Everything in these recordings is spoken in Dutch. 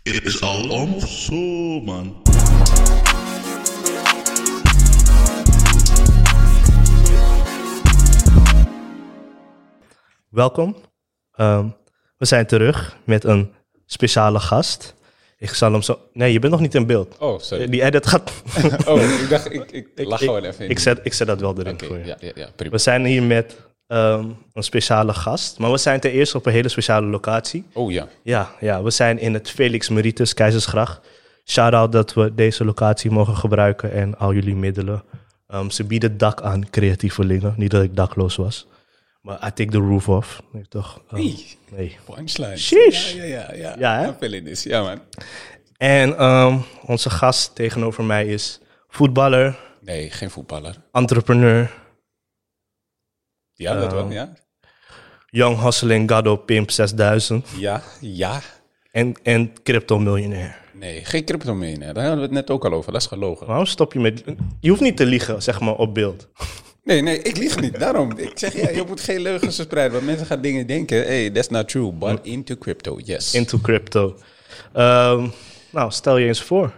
Het is al om of zo, man. Welkom. We zijn terug met een speciale gast. Ik zal hem zo... Nee, je bent nog niet in beeld. Oh, sorry. Die edit gaat... Ik dacht, ik lach gewoon even in. Ik zet dat wel erin voor je. Ja, prima. We zijn hier met een speciale gast. Maar we zijn ten eerste op een hele speciale locatie. Oh ja. Ja, we zijn in het Felix Meritus Keizersgracht. Shout-out dat we deze locatie mogen gebruiken en al jullie middelen. Ze bieden dak aan creatievelingen. Niet dat ik dakloos was. Maar I take the roof off. Nee, toch? Nee. Punchline. Sheesh. Ja. Ja, hè? I'm feeling this. Ja, man. En onze gast tegenover mij is voetballer, Nee, geen voetballer. entrepreneur, Ja, dat wel, ja. young hustling Gado Pimp 6000 Ja. en crypto-miljonair. Nee, geen crypto-miljonair. Daar hadden we het net ook al over. Dat is gelogen. Waarom stop je met... Je hoeft niet te liegen, zeg maar, op beeld. Nee, ik lieg niet. Daarom. Ik zeg, je moet geen leugens verspreiden. Want mensen gaan dingen denken. Hey, that's not true. But into crypto, yes. Into crypto. Nou, stel je eens voor.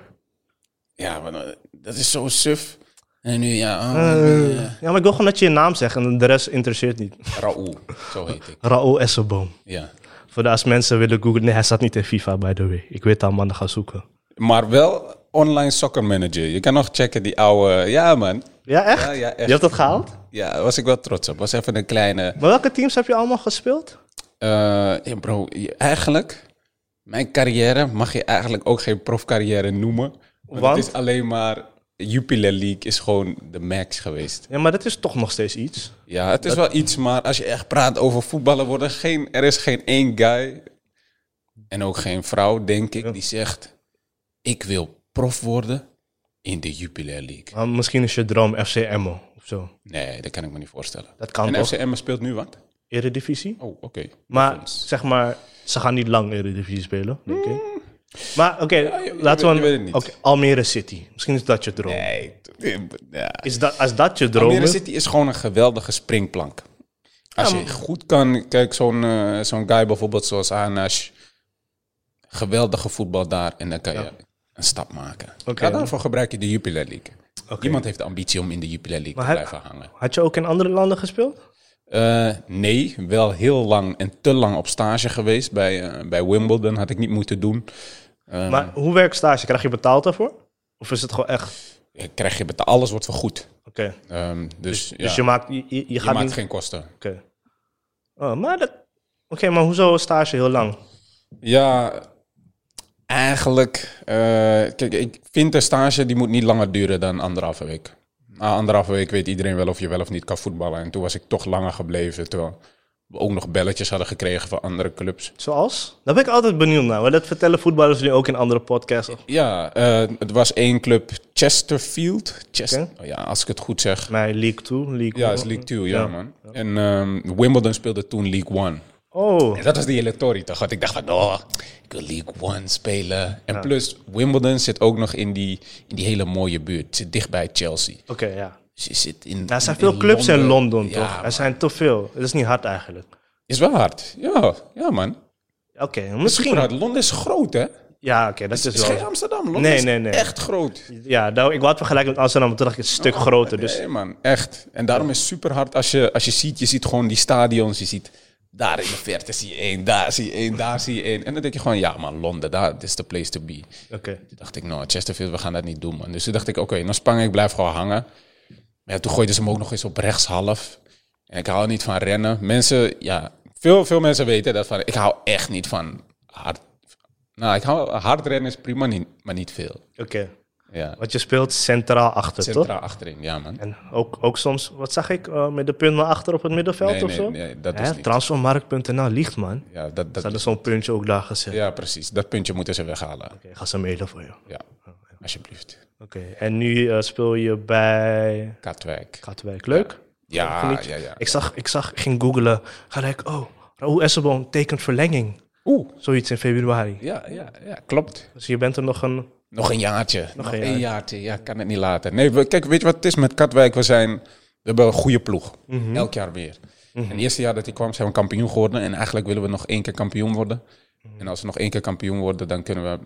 Ja, maar dat is zo suf. En nu, ja. Ja, maar ik wil gewoon dat je je naam zegt en de rest interesseert niet. Raoul, zo heet ik. Raoul Esselboom. Ja. Voor als mensen willen googlen... Nee, hij staat niet in FIFA, by the way. Ik weet al, man, gaan zoeken. Maar wel online soccer manager. Je kan nog checken die oude... Ja, man. Ja, echt? Ja, echt. Je hebt dat gehaald? Ja, daar was ik wel trots op. Was even een kleine... Maar welke teams heb je allemaal gespeeld? Ja, bro, eigenlijk... Mijn carrière mag je eigenlijk ook geen profcarrière noemen. Want het is alleen maar... Jupiler League is gewoon de max geweest. Ja, maar dat is toch nog steeds iets. Ja, het is wel iets, maar als je echt praat over voetballen... Er is geen één guy... En ook geen vrouw, denk ik, die zegt... Ik wil prof worden in de Jupiler League. Maar misschien is je droom FC Emmen of zo. Nee, dat kan ik me niet voorstellen. Dat kan en toch? FC Emmen speelt nu wat? Eredivisie. Oh, oké. Maar zeg maar, ze gaan niet lang Eredivisie spelen, denk ik. Maar oké, laten we... je weet het niet. Oké, Almere City. Misschien is dat je droom. Nee. Ja. Als dat je droom Almere is... City is gewoon een geweldige springplank. Als je goed kan... Kijk, zo'n guy bijvoorbeeld zoals Anash. Geweldige voetbal daar. En dan kan je een stap maken. Oké. Ja, daarvoor gebruik je de Jupiler League. Oké. Iemand heeft de ambitie om in de Jupiler League Maar te blijven hangen. Had je ook in andere landen gespeeld? Nee, wel heel lang en te lang op stage geweest. Bij Wimbledon had ik niet moeten doen. Maar hoe werkt stage? Krijg je betaald daarvoor? Of is het gewoon echt... Krijg je betaald, alles wordt vergoed. Oké. Dus je maakt... Je gaat maakt niet... geen kosten. Oké. Oh, maar dat... Oké, maar hoezo stage heel lang? Ja, eigenlijk... kijk, ik vind een stage die moet niet langer duren dan 1,5 week. Na 1,5 week weet iedereen wel of je wel of niet kan voetballen. En toen was ik toch langer gebleven. Terwijl we ook nog belletjes hadden gekregen van andere clubs. Zoals? Daar ben ik altijd benieuwd naar. Maar dat vertellen voetballers nu ook in andere podcasts. Ja, het was 1 club, Chesterfield. Oké. Oh ja, als ik het goed zeg. Mijn League 2, League Ja, 1. het is League 2, ja, man. En Wimbledon speelde toen League 1. Oh, En dat was de hele tory toch? Want ik dacht van, ik wil League 1 spelen. En plus, Wimbledon zit ook nog in die hele mooie buurt. Het zit dicht bij Chelsea. oké, ja. Dus je zit in... Er zijn veel clubs in Londen, Ja, toch? Er man. zijn te veel. Dat is niet hard eigenlijk. Is wel hard. Ja, man. Oké, Misschien. misschien. Hard. Londen is groot, hè? Ja, oké, dat Het is is geen wel... Amsterdam. Londen Nee, is nee. echt groot. Ja, ik wou het vergelijken met Amsterdam, maar toen dacht ik het is een stuk groter. Dus Nee, man. Echt. En daarom is het super hard als je ziet gewoon die stadions. Je ziet daar in de verte zie je 1, daar zie je 1, daar zie je 1. En dan denk je gewoon, ja man, Londen, dat is the place to be. Oké. Toen dacht ik, Chesterfield, we gaan dat niet doen, man. Dus toen dacht ik, oké, dan Spanje, ik blijf gewoon hangen. Maar ja, toen gooiden ze hem ook nog eens op rechtshalf. En ik hou niet van rennen. Mensen, ja, veel mensen weten dat van, ik hou echt niet van hard. Nou, ik hou hard rennen is prima, maar niet veel. Oké. Ja. Want je speelt centraal achter, toch? Centraal achterin, ja man. En ook soms, wat zag ik, met de punt naar achter op het middenveld of zo? Nee, dat is niet. Transfermarkt.nl liegt, man. Ja, dat Ze hadden zo'n puntje ook daar gezet. ja, precies. Dat puntje moeten ze weghalen. Oké, ga ze mailen voor je. Ja, alsjeblieft. Oké, en nu speel je bij Katwijk. Katwijk. Leuk? Ja, Geniet je? ja. Ik ging googlen. Gelijk, Raoul Esselboom tekent verlenging. Zoiets in februari. Ja, klopt. Dus je bent er nog een... Nog een jaartje. Nog een een jaartje. Ja, kan het niet laten. Nee, kijk, weet je wat het is met Katwijk? We hebben een goede ploeg. Elk jaar weer. En het eerste jaar dat hij kwam, zijn we kampioen geworden. En eigenlijk willen we nog 1 keer kampioen worden. En als we nog 1 keer kampioen worden, dan kunnen we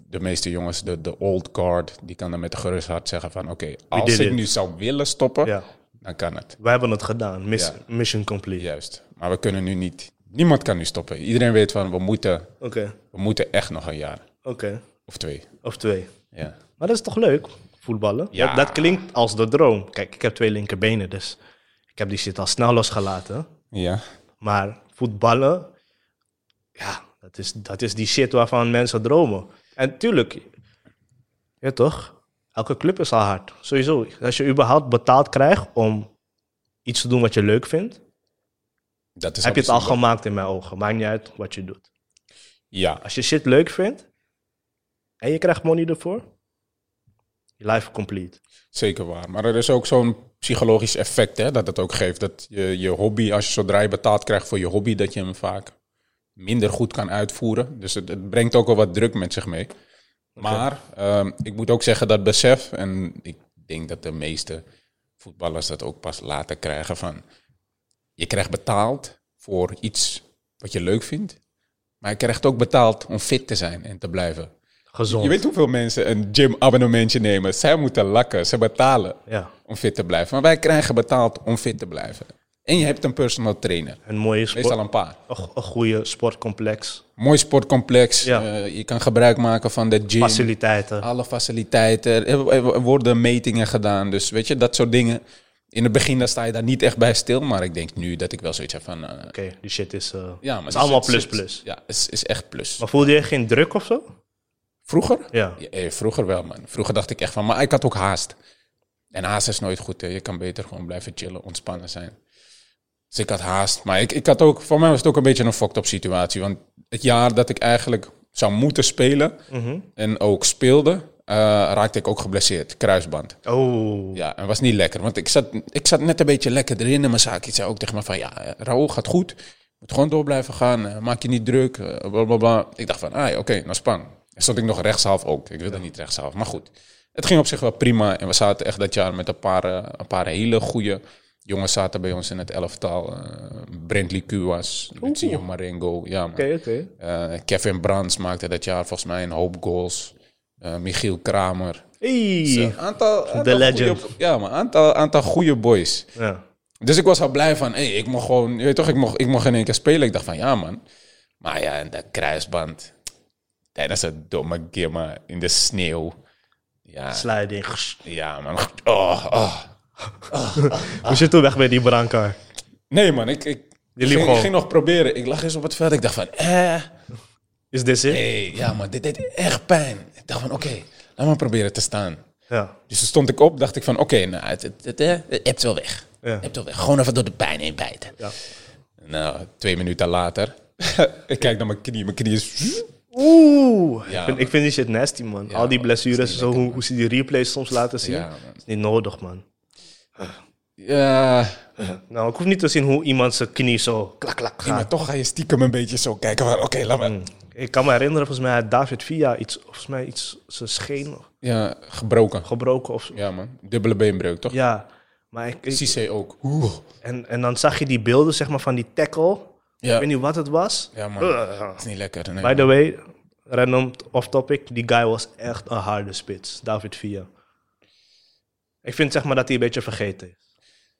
de meeste jongens, de old guard, die kan dan met een gerust hart zeggen van... Oké, als did ik it. nu zou willen stoppen, Ja. dan kan het. Wij hebben het gedaan. Ja. Mission complete. Juist. Maar we kunnen nu niet... Niemand kan nu stoppen. Iedereen weet van, we moeten echt nog een jaar. Oké. Of 2. Of 2. Ja. Maar dat is toch leuk, voetballen? Ja. Dat klinkt als de droom. Kijk, ik heb 2 linkerbenen, dus ik heb die shit al snel losgelaten. Ja. Maar voetballen, ja, dat is die shit waarvan mensen dromen. En tuurlijk, ja toch, elke club is al hard. Sowieso, als je überhaupt betaald krijgt om iets te doen wat je leuk vindt, Dat is heb je het al bijzonder. gemaakt in mijn ogen. Maakt niet uit wat je doet. Ja. Als je shit leuk vindt en je krijgt money ervoor, je life complete. Zeker waar. Maar er is ook zo'n psychologisch effect, hè, dat het ook geeft. Dat je hobby, als je zodra je betaald krijgt voor je hobby, dat je hem vaak minder goed kan uitvoeren. Dus het brengt ook wel wat druk met zich mee. Maar ik moet ook zeggen dat besef, en ik denk dat de meeste voetballers dat ook pas later krijgen, van je krijgt betaald voor iets wat je leuk vindt, maar je krijgt ook betaald om fit te zijn en te blijven. Gezond. Je weet hoeveel mensen een gym-abonnementje nemen. Zij moeten lakken, ze betalen Ja. om fit te blijven. Maar wij krijgen betaald om fit te blijven. En je hebt een personal trainer. Een mooie Meestal sport, een paar. een goede sportcomplex, Mooi sportcomplex. Ja. Je kan gebruik maken van de gym. faciliteiten. Alle faciliteiten. Er worden metingen gedaan. Dus weet je, dat soort dingen. In het begin dan sta je daar niet echt bij stil. Maar ik denk nu dat ik wel zoiets heb van... Oké, die shit is, ja, maar is allemaal zit- plus. Ja, is echt plus. Maar voelde je geen druk of zo? Vroeger? Ja. Vroeger wel, man. Vroeger dacht ik echt van... Maar ik had ook haast. En haast is nooit goed. Hè. Je kan beter gewoon blijven chillen, ontspannen zijn. Dus ik had haast. Maar ik had ook... Voor mij was het ook een beetje een fucked up situatie. Want het jaar dat ik eigenlijk zou moeten spelen... en ook speelde... raakte ik ook geblesseerd. Kruisband. Oh, Ja, en was niet lekker. Want ik zat net een beetje lekker erin. En mijn zaakje zei ook tegen me van... Ja, Raoul, gaat goed. Moet gewoon door blijven gaan. Maak je niet druk. Blablabla. Ik dacht van... Oké, nou spang. En stond ik nog rechtshalf ook. Ik wilde niet rechtshalf. Maar goed. Het ging op zich wel prima. En we zaten echt dat jaar met een paar hele goede jongens zaten bij ons in het elftal. Brentley Kuwas, Lucio Marengo. Ja, man. oké. Kevin Brands maakte dat jaar volgens mij een hoop goals. Michiel Kramer. Hey. Aantal legend. goeie- ja, maar aantal goede boys. Ja. Dus ik was al blij van, ik mocht gewoon, je weet toch, ik mocht in één keer spelen. Ik dacht van, ja man. Maar ja, en dat kruisband, tijdens het domme gimmen in de sneeuw. Ja, Sliding. ja man. Oh. Moest je toen weg bij die brancard? Nee man, ik liep ging, gewoon. ging nog proberen. Ik lag eens op het veld. Ik dacht van, Is dit it? nee, ja man, dit deed echt pijn. Ik dacht van, oké, laat maar proberen te staan. Ja. Dus toen stond ik op, dacht ik van, oké, nou, het hebt wel weg. Ja. Hebt wel weg. Gewoon even door de pijn heen bijten. Ja. Nou, 2 minuten later, ik kijk naar mijn knie is... Oeh. Ja, ik vind die shit nasty, man. Ja, Al die man, blessures, dat is niet zo, hoe ze die replays soms laten zien. Ja, man. Is niet nodig, man. Ja, Nou, ik hoef niet te zien hoe iemand zijn knie zo klak nee, maar gaat. toch ga je stiekem een beetje zo kijken van, oké, laat maar. Ik kan me herinneren, volgens mij had David Villa iets zijn scheen Ja, gebroken. gebroken of zo. Ja man, dubbele beenbreuk, toch? Ja, maar Cissé ook. en dan zag je die beelden, zeg maar, van die tackle. Ja. Ik weet niet wat het was. Ja man, dat is niet lekker. Nee, By the way, random off-topic, die guy was echt een harde spits, David Villa. Ik vind, zeg maar, dat hij een beetje vergeten is.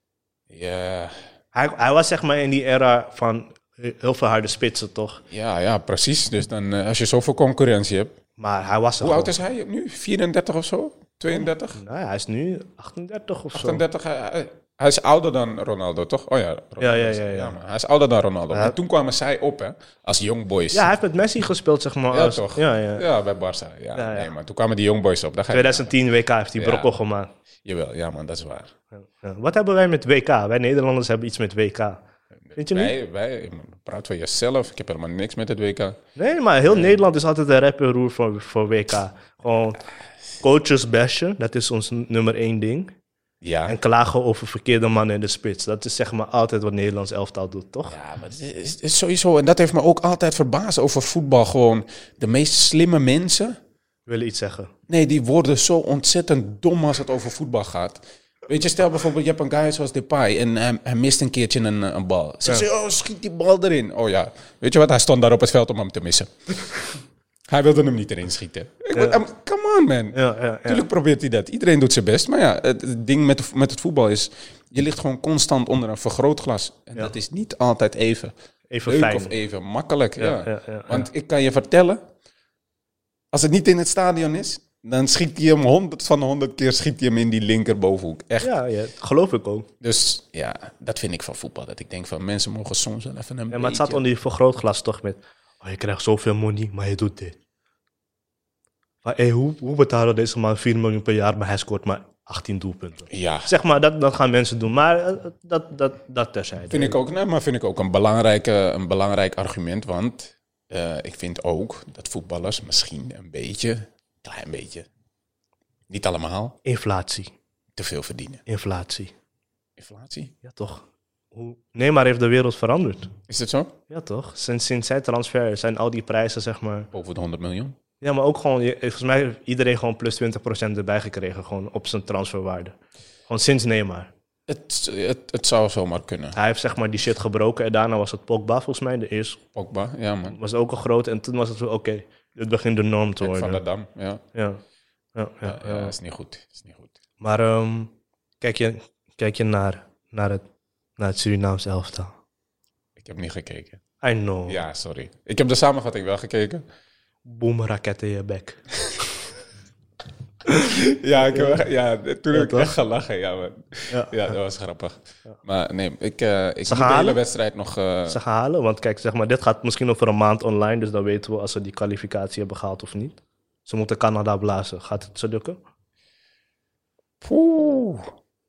Ja, Hij was, zeg maar, in die era van heel veel harde spitsen, toch? ja, precies. Dus dan, als je zoveel concurrentie hebt. Maar hij was er Hoe oud gewoon. is hij nu? 34 of zo? 32? Nou, hij is nu 38 of zo. 38? Hij is ouder dan Ronaldo, toch? Oh ja, Ronaldo Ja. maar hij is ouder dan Ronaldo. Ja. Maar toen kwamen zij op, hè, als young boys. Ja, hij heeft met Messi gespeeld, zeg maar. Ja, toch? Ja. Ja, bij Barça. Ja, Ja. Nee, maar toen kwamen die young boys op. Daar ga je 2010 WK heeft hij Ja. brokkel gemaakt. Jawel, ja man, dat is waar. Ja. Wat hebben wij met WK? Wij Nederlanders hebben iets met WK. Vind je niet? Wij praat van jezelf. Ik heb helemaal niks met het WK. Nee, maar heel Nederland is altijd een rep en roer voor WK. Gewoon coaches bashen, dat is ons nummer 1 ding. Ja. En klagen over verkeerde mannen in de spits. Dat is, zeg maar, altijd wat Nederlands elftal doet, toch? Ja, maar het is sowieso, en dat heeft me ook altijd verbaasd over voetbal. Gewoon de meest slimme mensen, Willen iets zeggen. nee, die worden zo ontzettend dom als het over voetbal gaat. Weet je, stel bijvoorbeeld, je hebt een guy zoals Depay en hij mist een keertje een bal. Zeg ze, oh, schiet die bal erin. Oh ja, weet je wat, hij stond daar op het veld om hem te missen. Hij wilde hem niet erin schieten. Come on, man. Ja. Tuurlijk probeert hij dat. Iedereen doet zijn best. Maar ja, het ding met het voetbal is... Je ligt gewoon constant onder een vergrootglas. En dat is niet altijd even leuk fijn. of even makkelijk. Ja. Ja. Want ik kan je vertellen... Als het niet in het stadion is... Dan schiet hij hem 100 van de 100 keer schiet hij hem in die linkerbovenhoek. Echt. Ja, geloof ik ook. Dus ja, dat vind ik van voetbal. Dat ik denk van mensen mogen soms wel even een Ja, maar het zat onder die vergrootglas toch met... Oh, je krijgt zoveel money, maar je doet dit. Maar hoe betalen deze man 4 miljoen per jaar, maar hij scoort maar 18 doelpunten? Ja, Zeg maar, dat gaan mensen doen. Maar dat terzijde. vind ik ook een belangrijk argument. Want ik vind ook dat voetballers misschien klein beetje, niet allemaal, Inflatie. te veel verdienen. Inflatie. Inflatie? Ja, toch? Neymar heeft de wereld veranderd. Is dat zo? Ja, toch? Sinds zijn transfer zijn al die prijzen, zeg maar... Boven de 100 miljoen? Ja, maar ook gewoon... Volgens mij heeft iedereen gewoon plus 20% erbij gekregen. Gewoon op zijn transferwaarde. Gewoon sinds Neymar. Het zou zomaar kunnen. Hij heeft zeg maar die shit gebroken. En daarna was het Pogba volgens mij. De eerste Pogba, ja man. was ook al groot. En toen was het zo, oké, dit begint de norm te worden. Van der Dam, ja. Ja. Is niet goed. Maar kijk je naar het Surinaams elftal? Ik heb niet gekeken. I know. Ja, sorry. Ik heb de samenvatting wel gekeken. Boom, raket in je bek. Ja, toen heb ik toch? echt gelachen. Ja, man. Ja, dat was grappig. Maar nee, ik moet de hele halen? wedstrijd nog... Ze gaan halen, want kijk, zeg maar, dit gaat misschien over een maand online. Dus dan weten we als ze die kwalificatie hebben gehaald of niet. Ze moeten Canada blazen. Gaat het ze lukken? Poeh.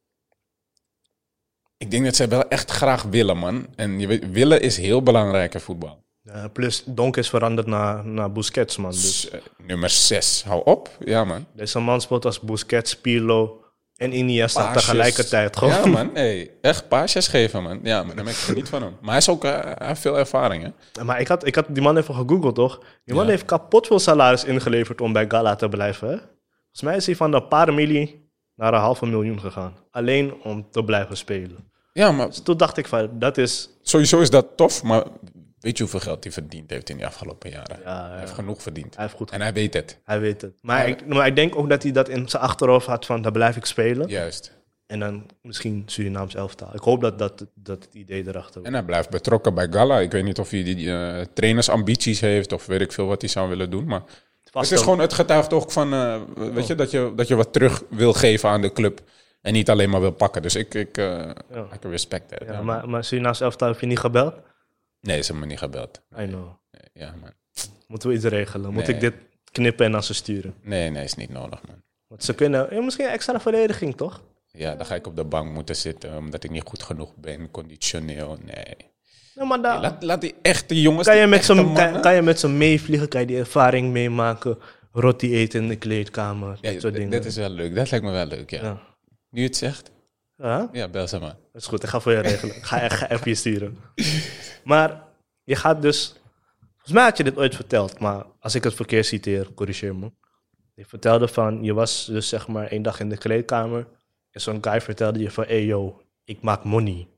Ik denk dat zij wel echt graag willen, man. En je weet, willen is heel belangrijk in voetbal. Plus, Donk is veranderd naar Busquets, man. Dus Nummer 6, hou op. Ja, man. deze man speelt als Busquets, Pirlo en Iniesta Paasjes. tegelijkertijd. Gewoon. Ja, man. Hey, echt paasjes geven, man. Ja, maar dan ben ik geniet van hem. Maar hij is ook, hij heeft veel ervaring, hè. Maar ik had die man even gegoogeld, toch? Die man heeft kapot veel salaris ingeleverd om bij Gala te blijven, hè? Volgens mij is hij van een paar miljoen naar 500.000 gegaan. Alleen om te blijven spelen. Ja, maar Dus toen dacht ik van, dat is... sowieso is dat tof, maar weet je hoeveel geld hij verdiend heeft in die afgelopen jaren? Ja. Hij heeft genoeg verdiend. Hij heeft goed En hij weet het. Hij weet het. Maar ik denk ook dat hij dat in zijn achterhoofd had van, daar blijf ik spelen. Juist. En dan misschien Surinaams elftal. Ik hoop dat het idee erachter was. En hij blijft betrokken bij Gala. Ik weet niet of hij die trainersambities heeft of weet ik veel wat hij zou willen doen. Maar het is gewoon, het getuigt ook van, weet je, dat je wat terug wil geven aan de club. En niet alleen maar wil pakken. Dus ik heb respect. Hè. Ja, maar Surinaams elftal heb je niet gebeld? Nee, ze hebben me niet gebeld. I know. Ja, man. Moeten we iets regelen? Moet Nee. ik dit knippen en naar ze sturen? Nee, is niet nodig, man. Want ze kunnen... misschien een extra verdediging, toch? Ja, dan ga ik op de bank moeten zitten omdat ik niet goed genoeg ben, conditioneel. Nee. Nou, maar Laat die echte jongens... kan je die met ze meevliegen? Kan je die ervaring meemaken? Roti eten in de kleedkamer? Ja, dat soort dingen. dat is wel leuk. Dat lijkt me wel leuk, ja. Ja. Nu je het zegt. Ja? Ja, bel ze maar. Dat is goed, ik ga voor je regelen. Ik ga even je sturen. Maar je gaat dus... Volgens mij had je dit ooit verteld, maar als ik het verkeerd citeer, corrigeer me. Je vertelde van, je was dus zeg maar 1 dag in de kleedkamer. En zo'n guy vertelde je van, hey yo, ik maak money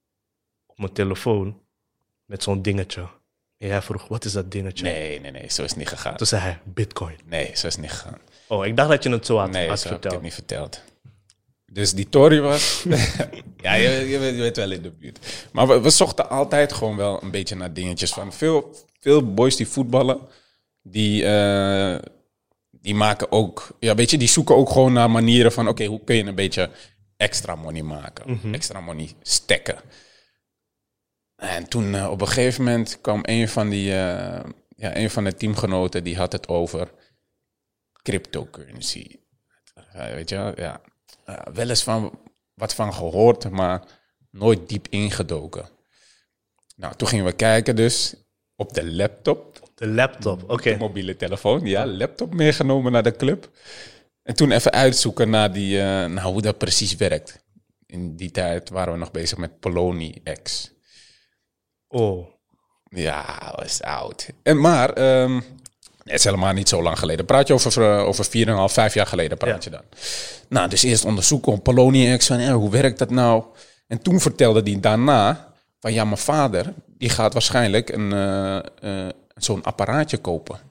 op mijn telefoon met zo'n dingetje. En jij vroeg, wat is dat dingetje? Nee, zo is het niet gegaan. Toen zei hij, bitcoin. Nee, zo is het niet gegaan. Oh, ik dacht dat je het zo had Nee, zo heb ik verteld. het niet verteld. Dus die Tory was... ja, je weet wel in de buurt. Maar we zochten altijd gewoon wel een beetje naar dingetjes van... Veel boys die voetballen, die maken ook... Ja, weet je, die zoeken ook gewoon naar manieren van... Oké, hoe kun je een beetje extra money maken? Extra money stacken. En toen op een gegeven moment kwam een van de teamgenoten... die had het over cryptocurrency. Weet je, ja... wel eens wat van gehoord, maar nooit diep ingedoken. Nou, toen gingen we kijken dus op de laptop. De laptop, oké. De mobiele telefoon, ja, laptop meegenomen naar de club. En toen even uitzoeken naar hoe dat precies werkt. In die tijd waren we nog bezig met Poloniex. Oh. Ja, dat is oud. Maar... het is helemaal niet zo lang geleden. Praat je over 4,5, 5 jaar geleden praat je dan. Nou, dus eerst onderzoeken op Poloniex van hoe werkt dat nou? En toen vertelde hij daarna van ja, mijn vader die gaat waarschijnlijk zo'n apparaatje kopen.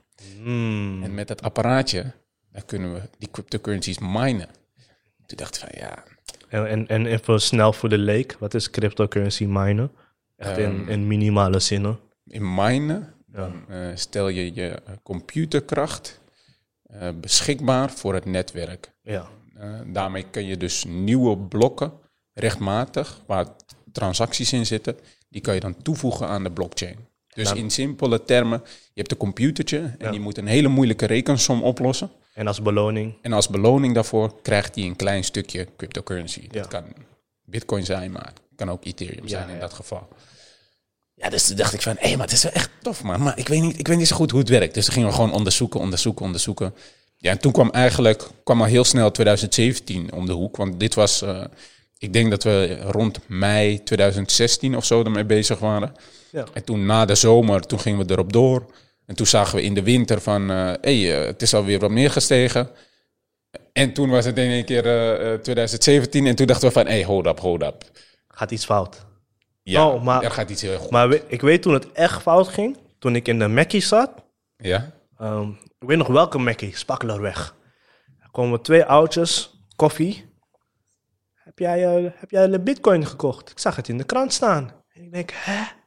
En met dat apparaatje, dan kunnen we die cryptocurrencies minen. Toen dacht ik van, ja... En even snel voor de leek. Wat is cryptocurrency minen? Echt in minimale zinnen. In minen stel je je computerkracht beschikbaar voor het netwerk. Ja. Daarmee kun je dus nieuwe blokken, rechtmatig, waar transacties in zitten, die kan je dan toevoegen aan de blockchain. Dus in simpele termen, je hebt een computertje en die moet een hele moeilijke rekensom oplossen. En als beloning? En als beloning daarvoor krijgt hij een klein stukje cryptocurrency. Dat kan Bitcoin zijn, maar het kan ook Ethereum zijn in dat geval. Ja, dus toen dacht ik van, maar het is wel echt tof, man. Maar ik weet niet zo goed hoe het werkt. Dus dan gingen we gewoon onderzoeken. Ja, en toen kwam al heel snel 2017 om de hoek. Want dit was, ik denk dat we rond mei 2016 of zo ermee bezig waren. Ja. En toen na de zomer, toen gingen we erop door. En toen zagen we in de winter van, het is alweer wat meer gestegen. En toen was het in één keer 2017. En toen dachten we van, hold up. Gaat iets fout? Ja, maar er gaat iets heel goed. Maar ik weet toen het echt fout ging, toen ik in de Mackie zat. Ja. Ik weet nog welke Mackie, Spakkelerweg. Er komen 2 oudjes, koffie. Heb jij de Bitcoin gekocht? Ik zag het in de krant staan. En ik denk,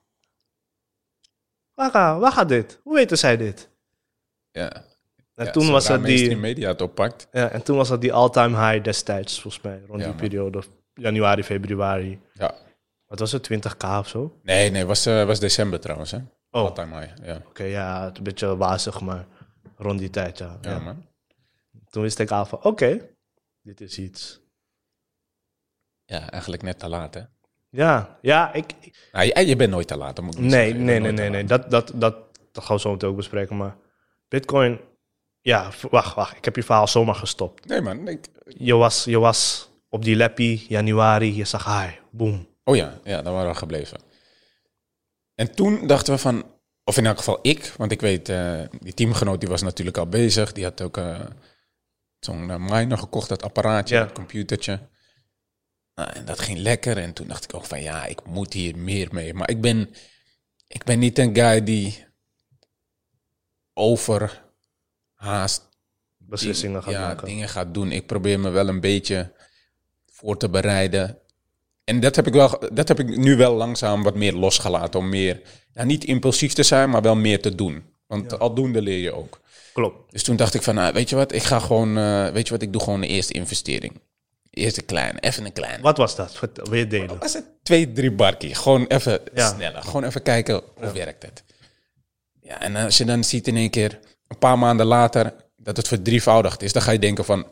Waar gaat dit? Hoe weten zij dit? Ja. En toen was het die media het oppakt. Ja, en toen was dat die all-time high destijds, volgens mij, rond die periode, januari, februari. Ja. Wat was het, 20k of zo? Nee, was december trouwens, hè? Oh. All-time high, ja. Oké, ja, het is een beetje wazig, maar rond die tijd, ja. Ja, man. Toen wist ik al van, oké, dit is iets. Ja, eigenlijk net te laat, hè? Ja, je bent nooit te laat, moet ik niet zeggen. Nee. Dat gaan we zo meteen ook bespreken, maar Bitcoin... Ja, wacht, ik heb je verhaal zomaar gestopt. Nee, man. Je was op die leppie, januari, je zag, boom. Oh ja, daar waren we gebleven. En toen dachten we van, of in elk geval ik, want ik weet, die teamgenoot die was natuurlijk al bezig. Die had ook zo'n miner gekocht, dat apparaatje, dat computertje. Nou, en dat ging lekker. En toen dacht ik ook van, ik moet hier meer mee. Maar ik ben niet een guy die overhaast beslissingen gaat maken. Dingen gaat doen. Ik probeer me wel een beetje voor te bereiden. En dat heb ik nu wel langzaam wat meer losgelaten. Om meer, niet impulsief te zijn, maar wel meer te doen. Want aldoende leer je ook. Klopt. Dus toen dacht ik van, weet je wat, ik ga gewoon, ik doe gewoon de eerste investering. Eerst even een kleine. Wat was dat? Wil je delen? Was het 2-3 barkie? Gewoon even sneller. Gewoon even kijken hoe werkt het. Ja, en als je dan ziet in één keer, een paar maanden later, dat het verdrievoudigd is, dan ga je denken van,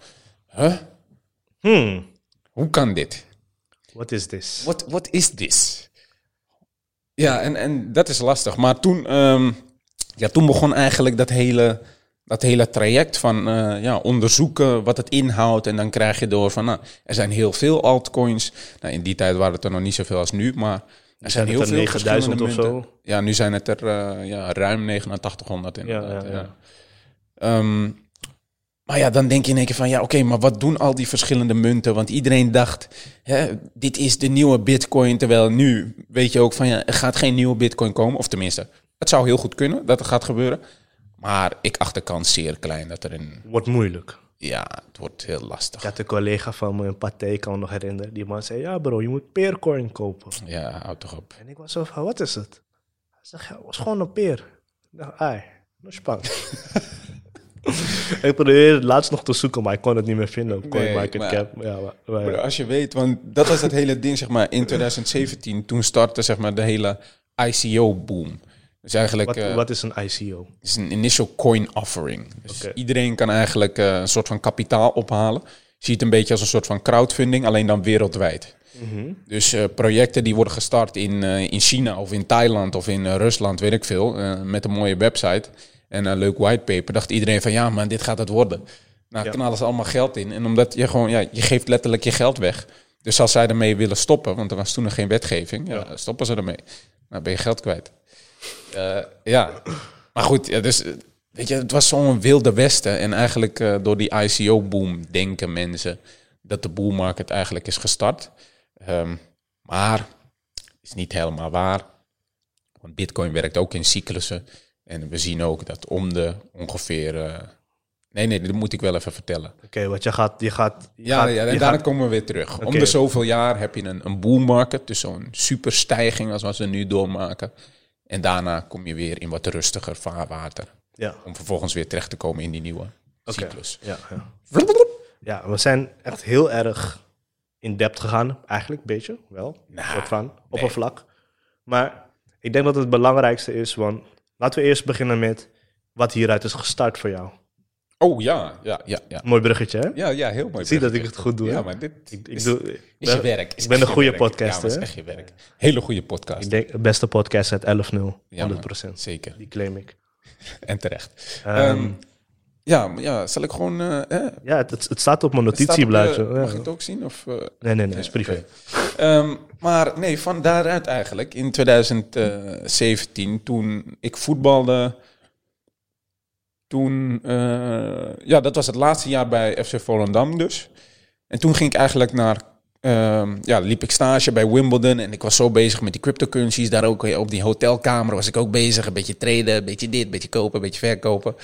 hoe kan dit? What is this? What is this? Ja, en dat is lastig. Maar toen begon eigenlijk dat hele traject van onderzoeken wat het inhoudt. En dan krijg je door van, er zijn heel veel altcoins. Nou, in die tijd waren het er nog niet zoveel als nu, maar er zijn heel veel 9000 of zo. Ja, nu zijn het er ruim 8900 inderdaad. Ja. Maar dan denk je in één keer van, oké, maar wat doen al die verschillende munten? Want iedereen dacht, dit is de nieuwe Bitcoin. Terwijl nu weet je ook van, er gaat geen nieuwe Bitcoin komen. Of tenminste, het zou heel goed kunnen dat het gaat gebeuren. Maar ik acht de kans zeer klein dat er een... Wordt moeilijk. Ja, het wordt heel lastig. Ik had een collega van me, een Pathé, ik kan me nog herinneren. Die man zei, ja bro, je moet peercoin kopen. Ja, houd toch op. En ik was zo van, wat is het? Hij zegt, het was gewoon een peer. Ik dacht, no spannend. Ik probeerde laatst nog te zoeken, maar ik kon het niet meer vinden op CoinMarketCap. Maar als je weet, want dat was het hele ding, zeg maar, in 2017, toen startte, zeg maar, de hele ICO-boom. Dus eigenlijk... Wat is een ICO? Het is een Initial Coin Offering. Dus iedereen kan eigenlijk een soort van kapitaal ophalen. Je ziet het een beetje als een soort van crowdfunding, alleen dan wereldwijd. Mm-hmm. Dus projecten die worden gestart in China of in Thailand of in Rusland, weet ik veel, met een mooie website en een leuk whitepaper, dacht iedereen van, ja man, dit gaat het worden. Nou, knallen ze allemaal geld in. En omdat je gewoon, je geeft letterlijk je geld weg. Dus als zij ermee willen stoppen, want er was toen nog geen wetgeving, stoppen ze ermee. Nou ben je geld kwijt. Maar goed, dus weet je, het was zo'n wilde westen. En eigenlijk door die ICO-boom denken mensen dat de bull market eigenlijk is gestart. Maar is niet helemaal waar. Want Bitcoin werkt ook in cyclussen. En we zien ook dat om de ongeveer... Nee, dat moet ik wel even vertellen. Oké, want je gaat... En daarna komen we weer terug. Oké. Om de zoveel jaar heb je een bull market, dus zo'n superstijging als wat we nu doormaken. En daarna kom je weer in wat rustiger vaarwater. Ja, Om vervolgens weer terecht te komen in die nieuwe oké. cyclus. Ja. Ja, we zijn echt heel erg in depth gegaan. Eigenlijk een beetje, wel. Nou, Soort van, oppervlak. Maar ik denk dat het belangrijkste is, want laten we eerst beginnen met wat hieruit is gestart voor jou. Oh ja. Mooi bruggetje, hè? Ja, heel mooi. Zie dat ik het goed doe, Ja, hè? maar dit Ik is ben je werk. ik ben een goede podcaster, Ja, maar het hè? is echt je werk. Hele goede podcast. Ik denk, de beste podcast uit 11-0. 100%. Ja, man, zeker. Die claim ik. En terecht. Ehm, Zal ik gewoon... Ja, het staat op mijn het staat op notitieblaadje. je- Ja. Mag ik het ook zien? Of, Nee, is privé. oké. Maar nee, van daaruit eigenlijk. In 2017, toen ik voetbalde... Toen... dat was het laatste jaar bij FC Volendam dus. En toen ging ik eigenlijk naar... liep ik stage bij Wimbledon. En ik was zo bezig met die cryptocurrencies. Daar ook op die hotelkamer was ik ook bezig. Een beetje traden, een beetje dit, een beetje kopen, een beetje verkopen.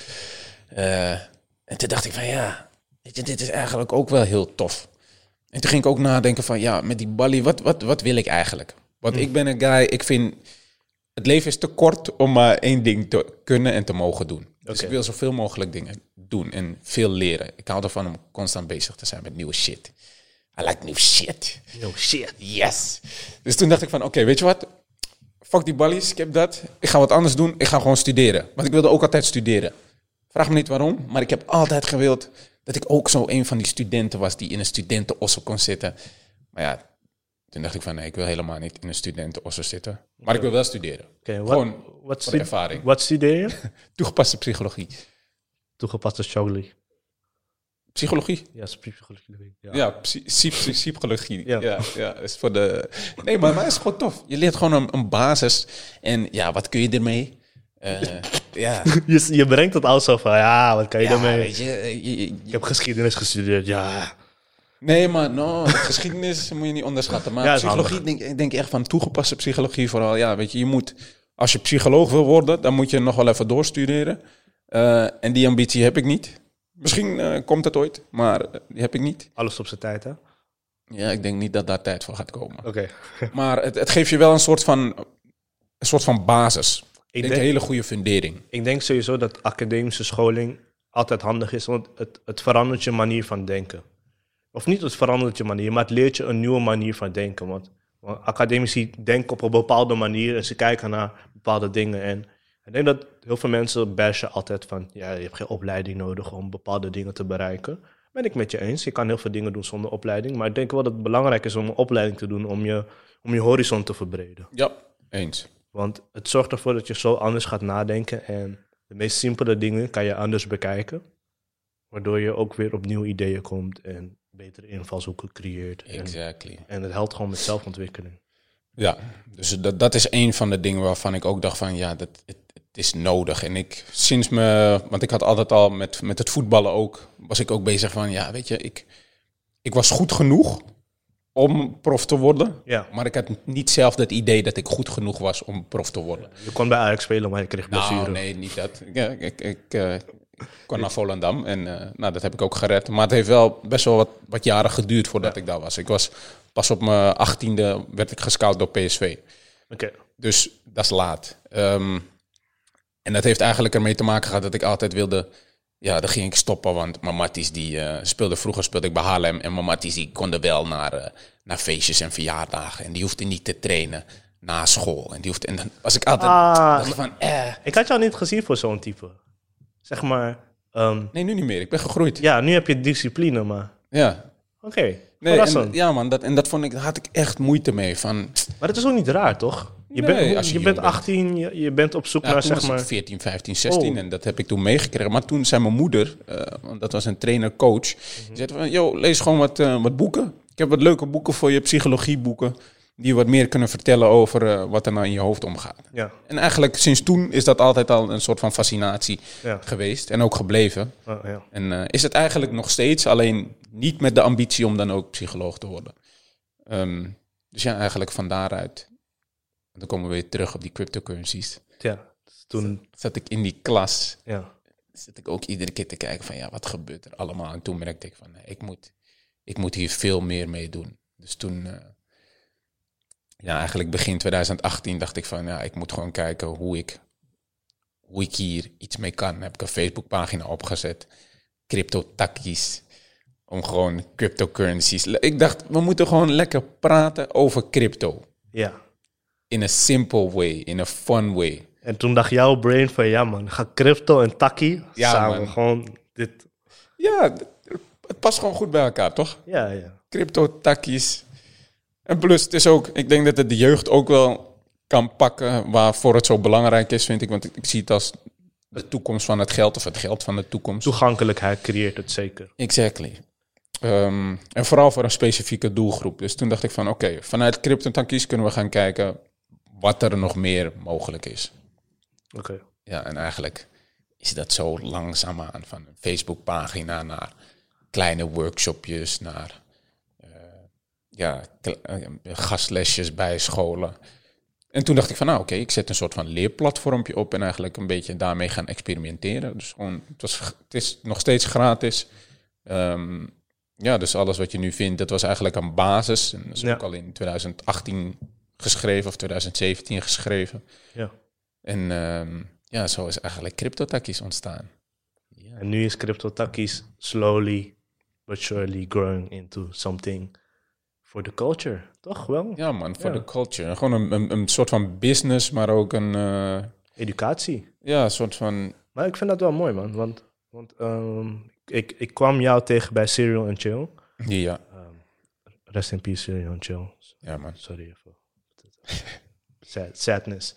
En toen dacht ik van weet je, dit is eigenlijk ook wel heel tof. En toen ging ik ook nadenken van met die Bali, wat wil ik eigenlijk? Want ik ben een guy, ik vind het leven is te kort om maar één ding te kunnen en te mogen doen. Dus Oké. ik wil zoveel mogelijk dingen doen en veel leren. Ik hou ervan om constant bezig te zijn met nieuwe shit. I like new shit. Oh shit. Yes. Dus toen dacht ik van, oké, weet je wat? Fuck die ballies, ik heb dat. Ik ga wat anders doen. Ik ga gewoon studeren. Want ik wilde ook altijd studeren. Vraag me niet waarom, maar ik heb altijd gewild dat ik ook zo een van die studenten was die in een studentenossel kon zitten. Maar ja, toen dacht ik van, nee, ik wil helemaal niet in een studentenossel zitten. Maar ik wil wel studeren. Oké, Gewoon wat voor de ervaring. Wat studeer je? Toegepaste psychologie. Toegepaste psychologie. Psychologie? Ja, psychologie. Ja, psychologie. Ja. Ja, is voor de... Nee, maar het is gewoon tof. Je leert gewoon een basis. En ja, wat kun je ermee? Ja. Je brengt het al zo van, wat kan je daarmee? Weet je, Ik heb geschiedenis gestudeerd, ja. Nee, maar geschiedenis moet je niet onderschatten. Maar Ja, is psychologie, ik denk echt van toegepaste psychologie vooral. Ja, weet je, je moet... Als je psycholoog wil worden, dan moet je nog wel even doorstuderen. En die ambitie heb ik niet. Misschien komt het ooit, maar die heb ik niet. Alles op zijn tijd, hè? Ja, ik denk niet dat daar tijd voor gaat komen. Oké. Maar het geeft je wel een soort van basis. Ik denk een hele goede fundering. Ik denk sowieso dat academische scholing altijd handig is, want het verandert je manier van denken. Of niet het verandert je manier, maar het leert je een nieuwe manier van denken. Want academici denken op een bepaalde manier en ze kijken naar bepaalde dingen. En ik denk dat heel veel mensen bashen altijd van, je hebt geen opleiding nodig om bepaalde dingen te bereiken. Ben ik met je eens. Je kan heel veel dingen doen zonder opleiding. Maar ik denk wel dat het belangrijk is om een opleiding te doen om je horizon te verbreden. Ja, eens. Want het zorgt ervoor dat je zo anders gaat nadenken. En de meest simpele dingen kan je anders bekijken. Waardoor je ook weer op nieuwe ideeën komt en betere invalshoeken creëert. Exactly. En het helpt gewoon met zelfontwikkeling. Ja, dus dat is een van de dingen waarvan ik ook dacht van, het is nodig. En want ik had altijd al met het voetballen ook, was ik ook bezig van, weet je, ik was goed genoeg om prof te worden. Ja. Maar ik had niet zelf het idee dat ik goed genoeg was om prof te worden. Je kon bij Ajax spelen, maar je kreeg blessure. Nou, nee, niet dat. Ik kwam naar Volendam en dat heb ik ook gered. Maar het heeft wel best wel wat jaren geduurd voordat ik daar was. Ik was pas op mijn 18e werd ik gescout door PSV. Oké. Dus dat is laat. En dat heeft eigenlijk ermee te maken gehad dat ik altijd wilde... Ja, dan ging ik stoppen, want mijn matties vroeger speelde ik bij Haarlem. En mijn matties die konden wel naar feestjes en verjaardagen. En die hoefden niet te trainen na school. En dan was ik altijd dacht van... Ik had jou niet gezien voor zo'n type. Zeg maar... Nee, nu niet meer. Ik ben gegroeid. Ja, nu heb je discipline, maar... Ja. Oké, Nee, verrassend. dat had ik echt moeite mee. Maar het is ook niet raar, toch? Je Nee, bent 18, je bent op zoek naar, toen zeg was maar... ik 14, 15, 16 Oh. en dat heb ik toen meegekregen. Maar toen zei mijn moeder, want dat was een trainer-coach, die zei van, lees gewoon wat boeken. Ik heb wat leuke boeken voor je, psychologieboeken, die wat meer kunnen vertellen over wat er nou in je hoofd omgaat. Ja. En eigenlijk sinds toen is dat altijd al een soort van fascinatie geweest en ook gebleven. Ja. En is het eigenlijk nog steeds, alleen niet met de ambitie om dan ook psycholoog te worden. Dus ja, eigenlijk van daaruit. Dan komen we weer terug op die cryptocurrencies. Ja, Toen, zat ik in die klas. ja. Zit ik ook iedere keer te kijken van, ja, wat gebeurt er allemaal? En toen merkte ik van, nee, ik moet hier veel meer mee doen. Dus toen, eigenlijk begin 2018 dacht ik van, ja, ik moet gewoon kijken hoe ik hier iets mee kan. Dan heb ik een Facebookpagina opgezet, crypto-takkies, om gewoon cryptocurrencies. Ik dacht, we moeten gewoon lekker praten over crypto. Ja. In a simple way, in a fun way. En toen dacht jouw brain van, ja man, ga crypto en takkie Ja, samen. man. Gewoon dit. Ja, het past gewoon goed bij elkaar, toch? Ja, ja. Crypto-takkies. En plus, het is ook, ik denk dat het de jeugd ook wel kan pakken waarvoor het zo belangrijk is, vind ik. Want ik zie het als de toekomst van het geld of het geld van de toekomst. Toegankelijkheid creëert het zeker. Exactly. En vooral voor een specifieke doelgroep. Dus toen dacht ik van, oké, vanuit crypto-takkies kunnen we gaan kijken wat er nog meer mogelijk is. Oké. Ja, en eigenlijk is dat zo langzaamaan van een Facebookpagina naar kleine workshopjes, naar gastlesjes bij scholen. En toen dacht ik van, nou oké, ik zet een soort van leerplatformpje op en eigenlijk een beetje daarmee gaan experimenteren. Dus gewoon, het is nog steeds gratis. Dus alles wat je nu vindt, dat was eigenlijk een basis. En dat is ook al in 2018 geschreven of 2017 geschreven. Ja. En zo is eigenlijk crypto-takkies ontstaan. Ja. En nu is crypto-takkies slowly but surely growing into something for the culture. Toch wel? Ja man, voor de culture. Gewoon een soort van business, maar ook een... Educatie. Ja, een soort van... Maar ik vind dat wel mooi, man. Want ik kwam jou tegen bij Serial and Chill. Ja. Rest in peace, Serial and Chill. Ja man. Sorry even. Sadness.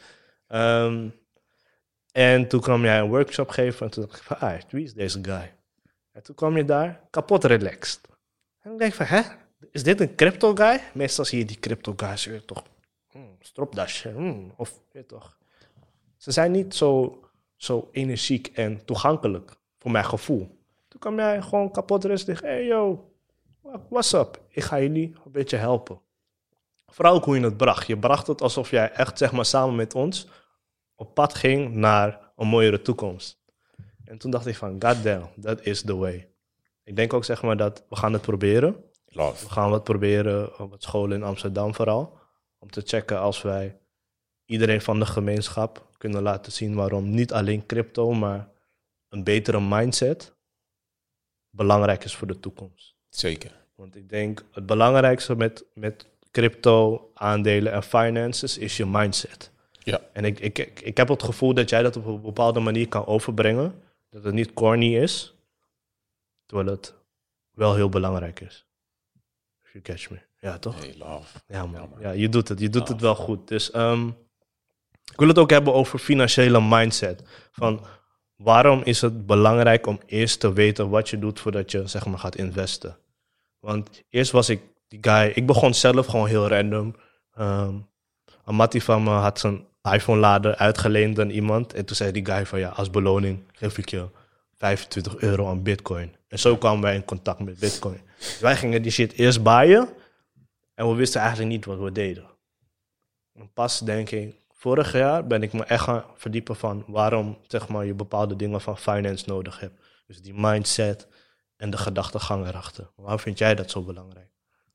En toen kwam jij een workshop geven en toen dacht ik van, wie is deze guy? En toen kwam je daar kapot relaxed. En ik denk van, is dit een crypto guy? Meestal zie je die crypto guys weer toch, stropdasje, of weet toch. Ze zijn niet zo energiek en toegankelijk, voor mijn gevoel. Toen kwam jij gewoon kapot rustig, hey yo, what's up? Ik ga jullie een beetje helpen. Vooral ook hoe je het bracht. Je bracht het alsof jij echt, zeg maar, samen met ons op pad ging naar een mooiere toekomst. En toen dacht ik van, god damn, that is the way. Ik denk ook, zeg maar, dat we gaan het proberen. Love. We gaan wat proberen op het scholen in Amsterdam vooral. Om te checken als wij iedereen van de gemeenschap kunnen laten zien waarom niet alleen crypto, maar een betere mindset belangrijk is voor de toekomst. Zeker. Want ik denk het belangrijkste met crypto, aandelen en finances is je mindset. Ja. En ik heb het gevoel dat jij dat op een bepaalde manier kan overbrengen. Dat het niet corny is, terwijl het wel heel belangrijk is. If you catch me. Ja, toch? Hey, love. Ja, man. Ja, je doet het. Je doet het wel goed. Dus ik wil het ook hebben over financiële mindset. Van waarom is het belangrijk om eerst te weten wat je doet voordat je, zeg maar, gaat investen? Want eerst was ik die guy, ik begon zelf gewoon heel random. Een mattie van me had zijn iPhone-lader uitgeleend aan iemand. En toen zei die guy van, ja, als beloning geef ik je €25 aan Bitcoin. En zo kwamen wij in contact met Bitcoin. Dus wij gingen die shit eerst baaien. En we wisten eigenlijk niet wat we deden. En pas, denk ik, vorig jaar ben ik me echt gaan verdiepen van waarom, zeg maar, je bepaalde dingen van finance nodig hebt. Dus die mindset en de gedachtegang erachter. Waarom vind jij dat zo belangrijk?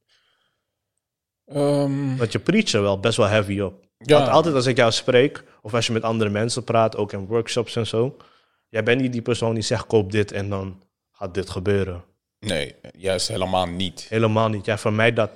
Want je preacht er wel best wel heavy op. Ja. Want altijd als ik jou spreek, of als je met andere mensen praat, ook in workshops en zo, jij bent niet die persoon die zegt, koop dit en dan gaat dit gebeuren. Nee, juist helemaal niet. Helemaal niet. Jij vermijdt dat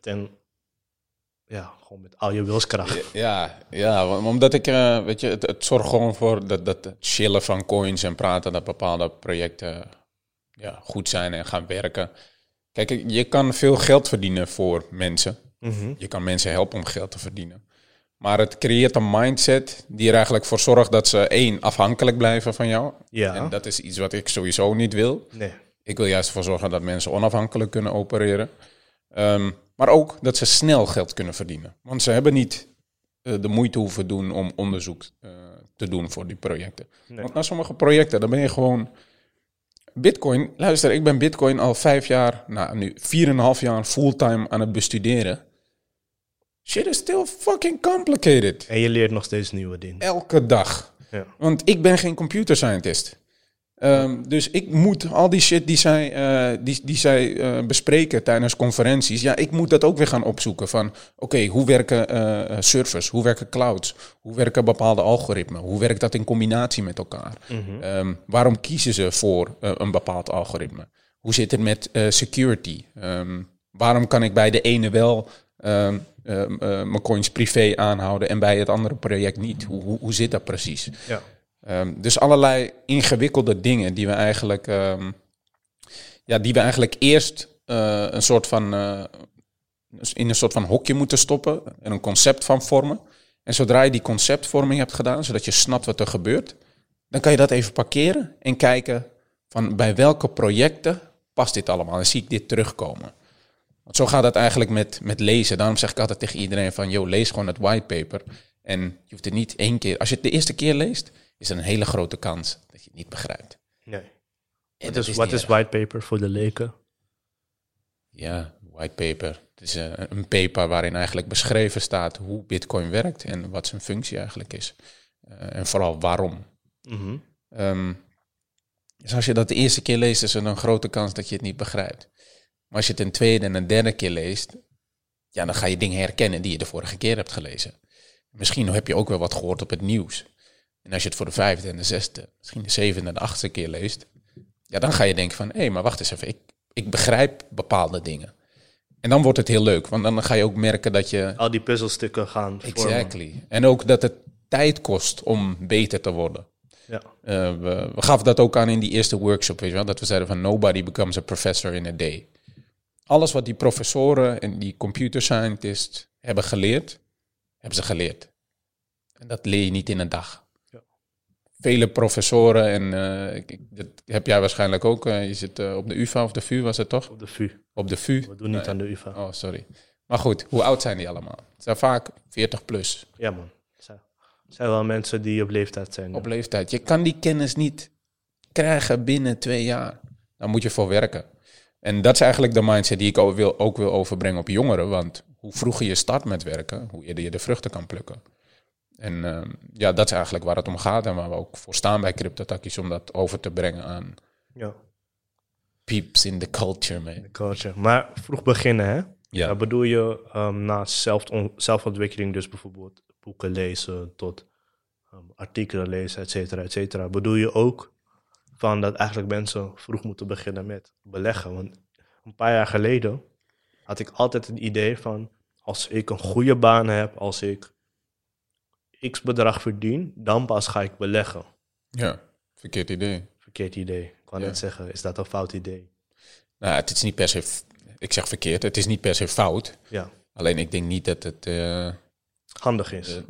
gewoon met al je wilskracht. Ja, omdat ik, weet je, het zorgt gewoon voor dat chillen van coins en praten dat bepaalde projecten goed zijn en gaan werken. Kijk, je kan veel geld verdienen voor mensen. Mhm. Je kan mensen helpen om geld te verdienen. Maar het creëert een mindset die er eigenlijk voor zorgt dat ze 1, afhankelijk blijven van jou. Ja. En dat is iets wat ik sowieso niet wil. Nee. Ik wil juist ervoor zorgen dat mensen onafhankelijk kunnen opereren. Maar ook dat ze snel geld kunnen verdienen. Want ze hebben niet de moeite hoeven doen om onderzoek te doen voor die projecten. Nee. Want na sommige projecten, dan ben je gewoon... Bitcoin, luister, ik ben Bitcoin al 5 jaar, nu 4,5 jaar fulltime aan het bestuderen. Shit is still fucking complicated. En je leert nog steeds nieuwe dingen. Elke dag. Ja. Want ik ben geen computer scientist. Dus ik moet al die shit die zij bespreken tijdens conferenties... Ja, ik moet dat ook weer gaan opzoeken van... Oké, hoe werken servers? Hoe werken clouds? Hoe werken bepaalde algoritmen? Hoe werkt dat in combinatie met elkaar? Waarom kiezen ze voor een bepaald algoritme? Hoe zit het met security? Waarom kan ik bij de ene wel mijn coins privé aanhouden... en bij het andere project niet? Hoe zit dat precies? Ja. Dus allerlei ingewikkelde dingen die we eigenlijk eerst een soort van in een soort van hokje moeten stoppen en een concept van vormen. En zodra je die conceptvorming hebt gedaan, zodat je snapt wat er gebeurt, dan kan je dat even parkeren en kijken van bij welke projecten past dit allemaal en zie ik dit terugkomen. Want zo gaat het eigenlijk met lezen. Daarom zeg ik altijd tegen iedereen van, lees gewoon het whitepaper. En je hoeft het niet 1 keer... Als je het de eerste keer leest, is er een hele grote kans dat je het niet begrijpt. Nee. Wat is whitepaper voor de leken? Ja, whitepaper. Het is een paper waarin eigenlijk beschreven staat hoe Bitcoin werkt en wat zijn functie eigenlijk is. En vooral waarom. Dus als je dat de eerste keer leest, is er een grote kans dat je het niet begrijpt. Maar als je het een tweede en een derde keer leest, ja, dan ga je dingen herkennen die je de vorige keer hebt gelezen. Misschien heb je ook wel wat gehoord op het nieuws. En als je het voor de 5e en de 6e, misschien de 7e en de 8e keer leest, ja, dan ga je denken van, hé, maar wacht eens even, ik begrijp bepaalde dingen. En dan wordt het heel leuk, want dan ga je ook merken dat je... Al die puzzelstukken gaan vormen. Exactly. En ook dat het tijd kost om beter te worden. Ja. We gaven dat ook aan in die eerste workshop, weet je wel, dat we zeiden van nobody becomes a professor in a day. Alles wat die professoren en die computer scientists hebben geleerd, hebben ze geleerd. En dat leer je niet in een dag. Ja. Vele professoren, en dat heb jij waarschijnlijk ook, je zit op de UvA of de VU was het toch? Op de VU. Op de VU. We doen niet aan de UvA. Oh, sorry. Maar goed, hoe oud zijn die allemaal? Het zijn vaak 40 plus. Ja man, het zijn wel mensen die op leeftijd zijn. Op leeftijd. Je kan die kennis niet krijgen binnen 2 jaar. Daar moet je voor werken. En dat is eigenlijk de mindset die ik ook wil overbrengen op jongeren. Want hoe vroeger je start met werken, hoe eerder je de vruchten kan plukken. En dat is eigenlijk waar het om gaat. En waar we ook voor staan bij CryptoTakkies, om dat over te brengen aan peeps in the culture, man. De culture. Maar vroeg beginnen, hè? Ja. Bedoel je na zelfontwikkeling, dus bijvoorbeeld boeken lezen tot artikelen lezen, et cetera, et cetera. Bedoel je ook van dat eigenlijk mensen vroeg moeten beginnen met beleggen? Want een paar jaar geleden had ik altijd het idee van, als ik een goede baan heb, als ik x bedrag verdien, dan pas ga ik beleggen. Ja, verkeerd idee. Verkeerd idee. Ik wou net zeggen, is dat een fout idee? Nou, het is niet per se... Ik zeg verkeerd, het is niet per se fout. Ja. Alleen ik denk niet dat het... handig is.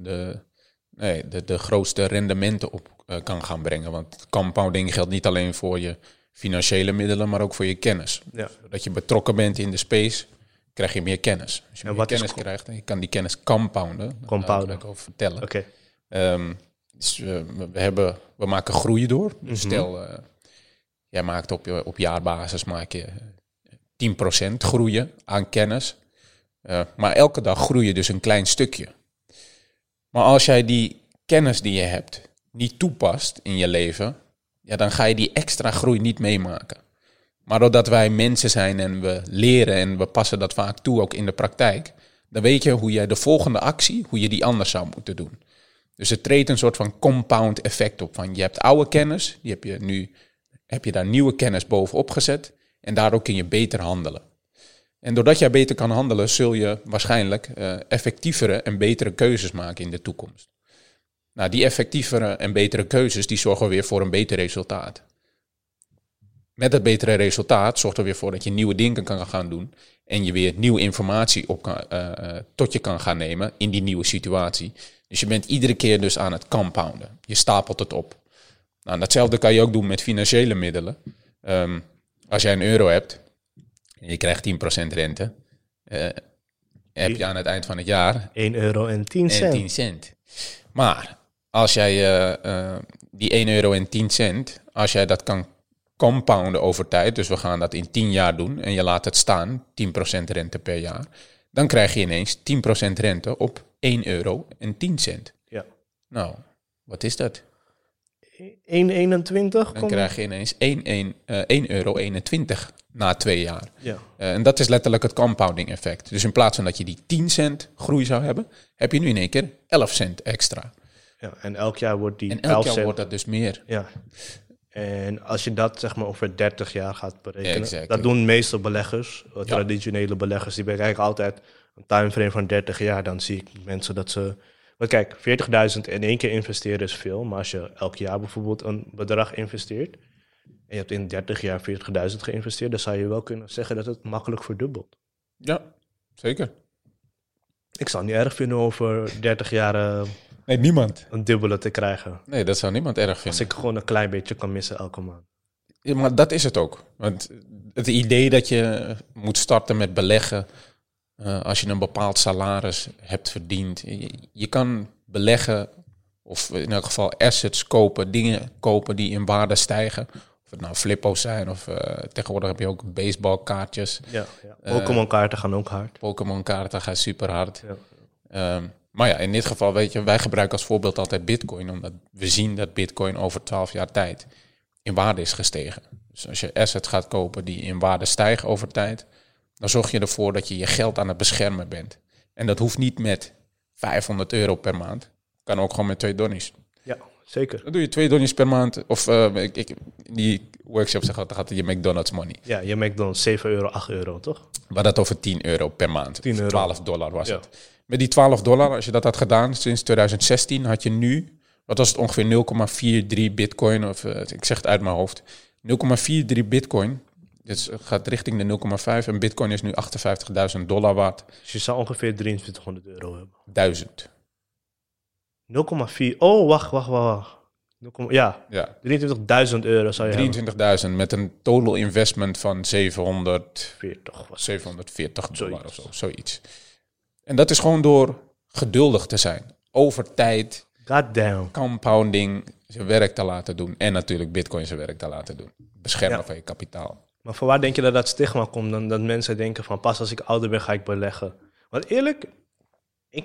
De grootste rendementen op kan gaan brengen. Want compounding geldt niet alleen voor je financiële middelen, maar ook voor je kennis. Ja. Dat je betrokken bent in de space, krijg je meer kennis. Als je meer kennis krijgt, dan kan die kennis compounden. Daar wil ik over vertellen. Okay. Dus we maken groei door. Dus stel, jij maakt op jaarbasis maak je 10% groeien aan kennis. Maar elke dag groei je dus een klein stukje. Maar als jij die kennis die je hebt niet toepast in je leven, ja, dan ga je die extra groei niet meemaken. Maar doordat wij mensen zijn en we leren en we passen dat vaak toe ook in de praktijk, dan weet je hoe jij de volgende actie, hoe je die anders zou moeten doen. Dus het treedt een soort van compound effect op. Van je hebt oude kennis, die heb je daar nieuwe kennis bovenop gezet en daardoor kun je beter handelen. En doordat jij beter kan handelen, zul je waarschijnlijk effectievere en betere keuzes maken in de toekomst. Nou, die effectievere en betere keuzes, die zorgen weer voor een beter resultaat. Met dat betere resultaat zorgt er weer voor dat je nieuwe dingen kan gaan doen en je weer nieuwe informatie tot je kan gaan nemen in die nieuwe situatie. Dus je bent iedere keer dus aan het compounden. Je stapelt het op. Nou, datzelfde kan je ook doen met financiële middelen. Als jij €1 hebt en je krijgt 10% rente, heb je aan het eind van het jaar €1,10. Maar als jij die €1,10, als jij dat kan compounden over tijd, dus we gaan dat in 10 jaar doen en je laat het staan, 10% rente per jaar, dan krijg je ineens 10% rente op €1,10. Ja. Nou, wat is dat? 1,21. Dan krijg je ineens 1,21 euro na 2 jaar. Ja. En dat is letterlijk het compounding effect. Dus in plaats van dat je die 10 cent groei zou hebben, heb je nu in één keer 11 cent extra. Ja, en elk jaar wordt die En elk 11 jaar cent. wordt dat dus meer. Ja. En als je dat zeg maar over 30 jaar gaat berekenen, Exactly. dat doen de meeste beleggers, traditionele beleggers, die bekijken altijd een timeframe van 30 jaar. Dan zie ik mensen dat ze... Want kijk, 40.000 in één keer investeren is veel, maar als je elk jaar bijvoorbeeld een bedrag investeert, en je hebt in 30 jaar 40.000 geïnvesteerd, dan zou je wel kunnen zeggen dat het makkelijk verdubbelt. Ja, zeker. Ik zou het niet erg vinden over 30 jaar Nee, niemand. een dubbele te krijgen. Nee, dat zou niemand erg Als vinden. ik gewoon een klein beetje kan missen elke maand. Ja, maar dat is het ook. Want het idee dat je moet starten met beleggen als je een bepaald salaris hebt verdiend. Je kan beleggen of in elk geval assets kopen, dingen kopen die in waarde stijgen. Of het nou flippo's zijn of tegenwoordig heb je ook baseballkaartjes. Ja. Pokémon kaarten gaan ook hard. Pokémon kaarten gaan super hard. Ja. Maar ja, in dit geval, weet je, wij gebruiken als voorbeeld altijd Bitcoin, omdat we zien dat Bitcoin over 12 jaar tijd in waarde is gestegen. Dus als je assets gaat kopen die in waarde stijgen over tijd, dan zorg je ervoor dat je je geld aan het beschermen bent. En dat hoeft niet met 500 euro per maand. Kan ook gewoon met 2 donnies. Ja, zeker. Dan doe je 2 donnies per maand. Of die workshop zegt altijd, gaat je McDonald's money. Ja, je merkt dan 7 euro, 8 euro, toch? Maar dat over 10 euro per maand. 10 euro. $12 was Ja. het. Met die $12, als je dat had gedaan sinds 2016, had je nu, wat was het, ongeveer 0,43 bitcoin, of ik zeg het uit mijn hoofd, 0,43 bitcoin. Dus het gaat richting de 0,5 en bitcoin is nu $58.000 waard. Dus je zou ongeveer 2300 euro hebben. 1000. 0,4. Oh, wacht. 0,, Ja, 23.000 euro zou je hebben. 23.000 met een total investment van 40 was het. $740 of zo, zoiets. En dat is gewoon door geduldig te zijn. Over tijd, God damn. compounding zijn werk te laten doen. En natuurlijk bitcoin zijn werk te laten doen. Beschermen Ja. van je kapitaal. Maar van waar denk je dat dat stigma komt? Dan dat mensen denken van pas als ik ouder ben ga ik beleggen. Want eerlijk, ik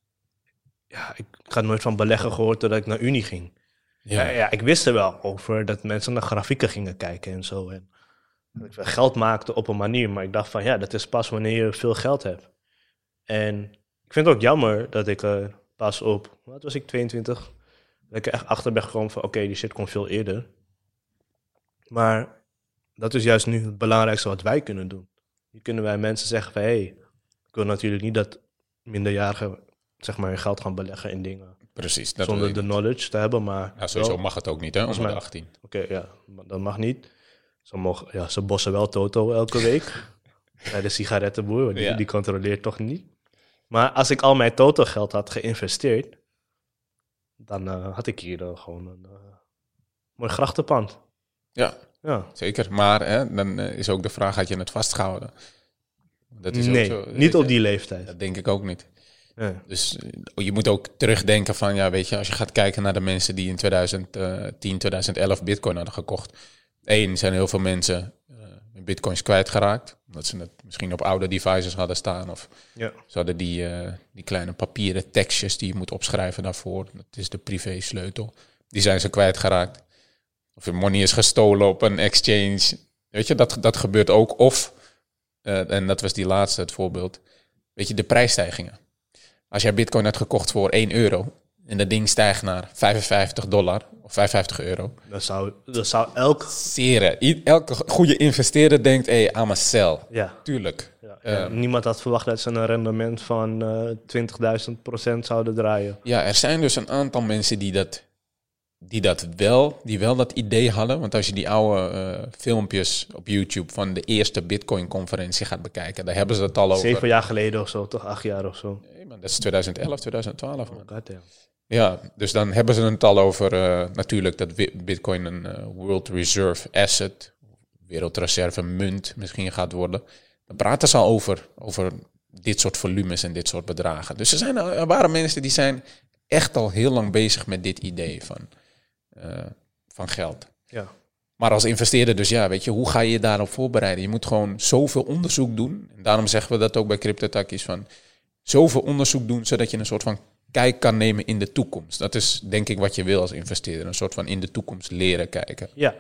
had nooit van beleggen gehoord totdat ik naar Unie ging. Ja, ik wist er wel over dat mensen naar grafieken gingen kijken en zo. En dat ik wel geld maakte op een manier. Maar ik dacht van ja, dat is pas wanneer je veel geld hebt. En ik vind het ook jammer dat ik pas op, wat was ik, 22? Dat ik er echt achter ben gekomen van oké, die shit komt veel eerder. Maar dat is juist nu het belangrijkste wat wij kunnen doen. Nu kunnen wij mensen zeggen van hey, ik wil natuurlijk niet dat minderjarigen zeg maar hun geld gaan beleggen in dingen. Precies. Dat Zonder wil de je. knowledge te hebben, maar... Ja, sowieso wel- mag het ook niet, hè, onder de mij- 18. Oké, ja, maar dat mag niet. Ze bossen wel Toto elke week. Bij de sigarettenboer, want Ja. die controleert toch niet. Maar als ik al mijn Toto-geld had geïnvesteerd, dan had ik hier gewoon een mooi grachtenpand. Ja, Ja. zeker. Maar hè, dan is ook de vraag, had je het vastgehouden? Dat is Nee, ook zo, niet weet op je. die leeftijd. Dat denk ik ook niet. Ja. Dus je moet ook terugdenken van, ja, weet je, als je gaat kijken naar de mensen die in 2010, 2011 bitcoin hadden gekocht. Eén, zijn heel veel mensen hun bitcoins kwijtgeraakt. Omdat ze het misschien op oude devices hadden staan. Of Ja. ze hadden die kleine papieren tekstjes die je moet opschrijven daarvoor. Dat is de privé sleutel. Die zijn ze kwijtgeraakt. Of je money is gestolen op een exchange. Weet je, dat gebeurt ook. Of, en dat was die laatste, het voorbeeld. Weet je, de prijsstijgingen. Als jij bitcoin had gekocht voor 1 euro en dat ding stijgt naar $55 of €55. Dat zou elk... Seren. Elke goede investeerder denkt, hey, I'm a sell. Ja. Tuurlijk. Ja. En niemand had verwacht dat ze een rendement van 20.000% zouden draaien. Ja, er zijn dus een aantal mensen die wel dat idee hadden. Want als je die oude filmpjes op YouTube van de eerste Bitcoin-conferentie gaat bekijken, daar hebben ze het al over. 7 jaar geleden of zo, toch? 8 jaar of zo. Nee, man, dat is 2011, 2012, man. Goddamn. Ja, dus dan hebben ze het al over natuurlijk dat Bitcoin een World Reserve Asset, wereldreserve munt misschien gaat worden. Dan praten ze al over dit soort volumes en dit soort bedragen. Dus er waren mensen die zijn echt al heel lang bezig met dit idee van geld. Ja. Maar als investeerder dus, ja, weet je, hoe ga je je daarop voorbereiden? Je moet gewoon zoveel onderzoek doen. En daarom zeggen we dat ook bij CryptoTakkies van zoveel onderzoek doen, zodat je een soort van kijk kan nemen in de toekomst. Dat is denk ik wat je wil als investeerder. Een soort van in de toekomst leren kijken. Ja.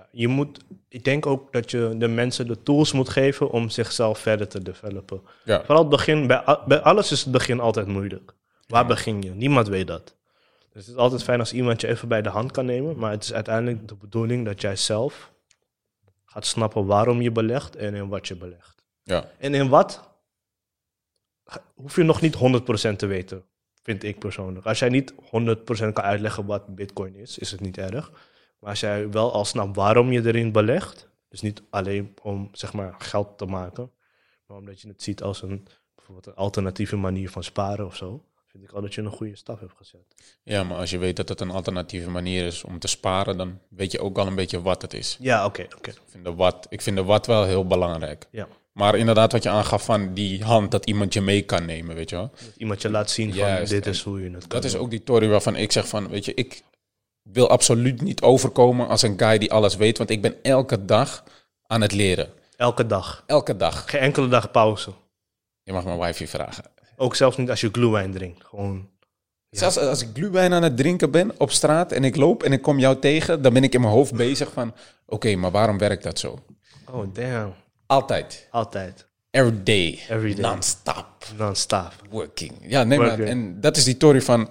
Ik denk ook dat je de mensen de tools moet geven om zichzelf verder te developen. Ja. Vooral het begin, bij alles is het begin altijd moeilijk. Waar begin je? Niemand weet dat. Dus het is altijd fijn als iemand je even bij de hand kan nemen. Maar het is uiteindelijk de bedoeling dat jij zelf gaat snappen waarom je belegt en in wat je belegt. Ja. En in wat hoef je nog niet 100% te weten, vind ik persoonlijk. Als jij niet 100% kan uitleggen wat Bitcoin is het niet erg. Maar als jij wel al snapt waarom je erin belegt, dus niet alleen om zeg maar geld te maken, maar omdat je het ziet als bijvoorbeeld een alternatieve manier van sparen of zo, vind ik al dat je een goede stap hebt gezet. Ja, maar als je weet dat het een alternatieve manier is om te sparen, dan weet je ook al een beetje wat het is. Ja, oké. Ik vind de wat wel heel belangrijk. Ja. Maar inderdaad wat je aangaf van die hand, dat iemand je mee kan nemen, weet je wel. Dat iemand je laat zien Juist, van dit is hoe je het kan Dat is doen. ook die Tory waarvan ik zeg van, weet je, ik wil absoluut niet overkomen als een guy die alles weet, want ik ben elke dag aan het leren. Elke dag. Elke dag. Geen enkele dag pauze. Je mag mijn wifi vragen. Ook zelfs niet als je glühwein drinkt. Gewoon. Ja. Zelfs als ik glühwein aan het drinken ben op straat en ik loop en ik kom jou tegen, dan ben ik in mijn hoofd bezig van, oké, maar waarom werkt dat zo? Oh, damn. Altijd. Altijd. Every day. Every day. Non-stop. Non-stop. Working. Ja, nee, maar Working. en dat is die Tory van,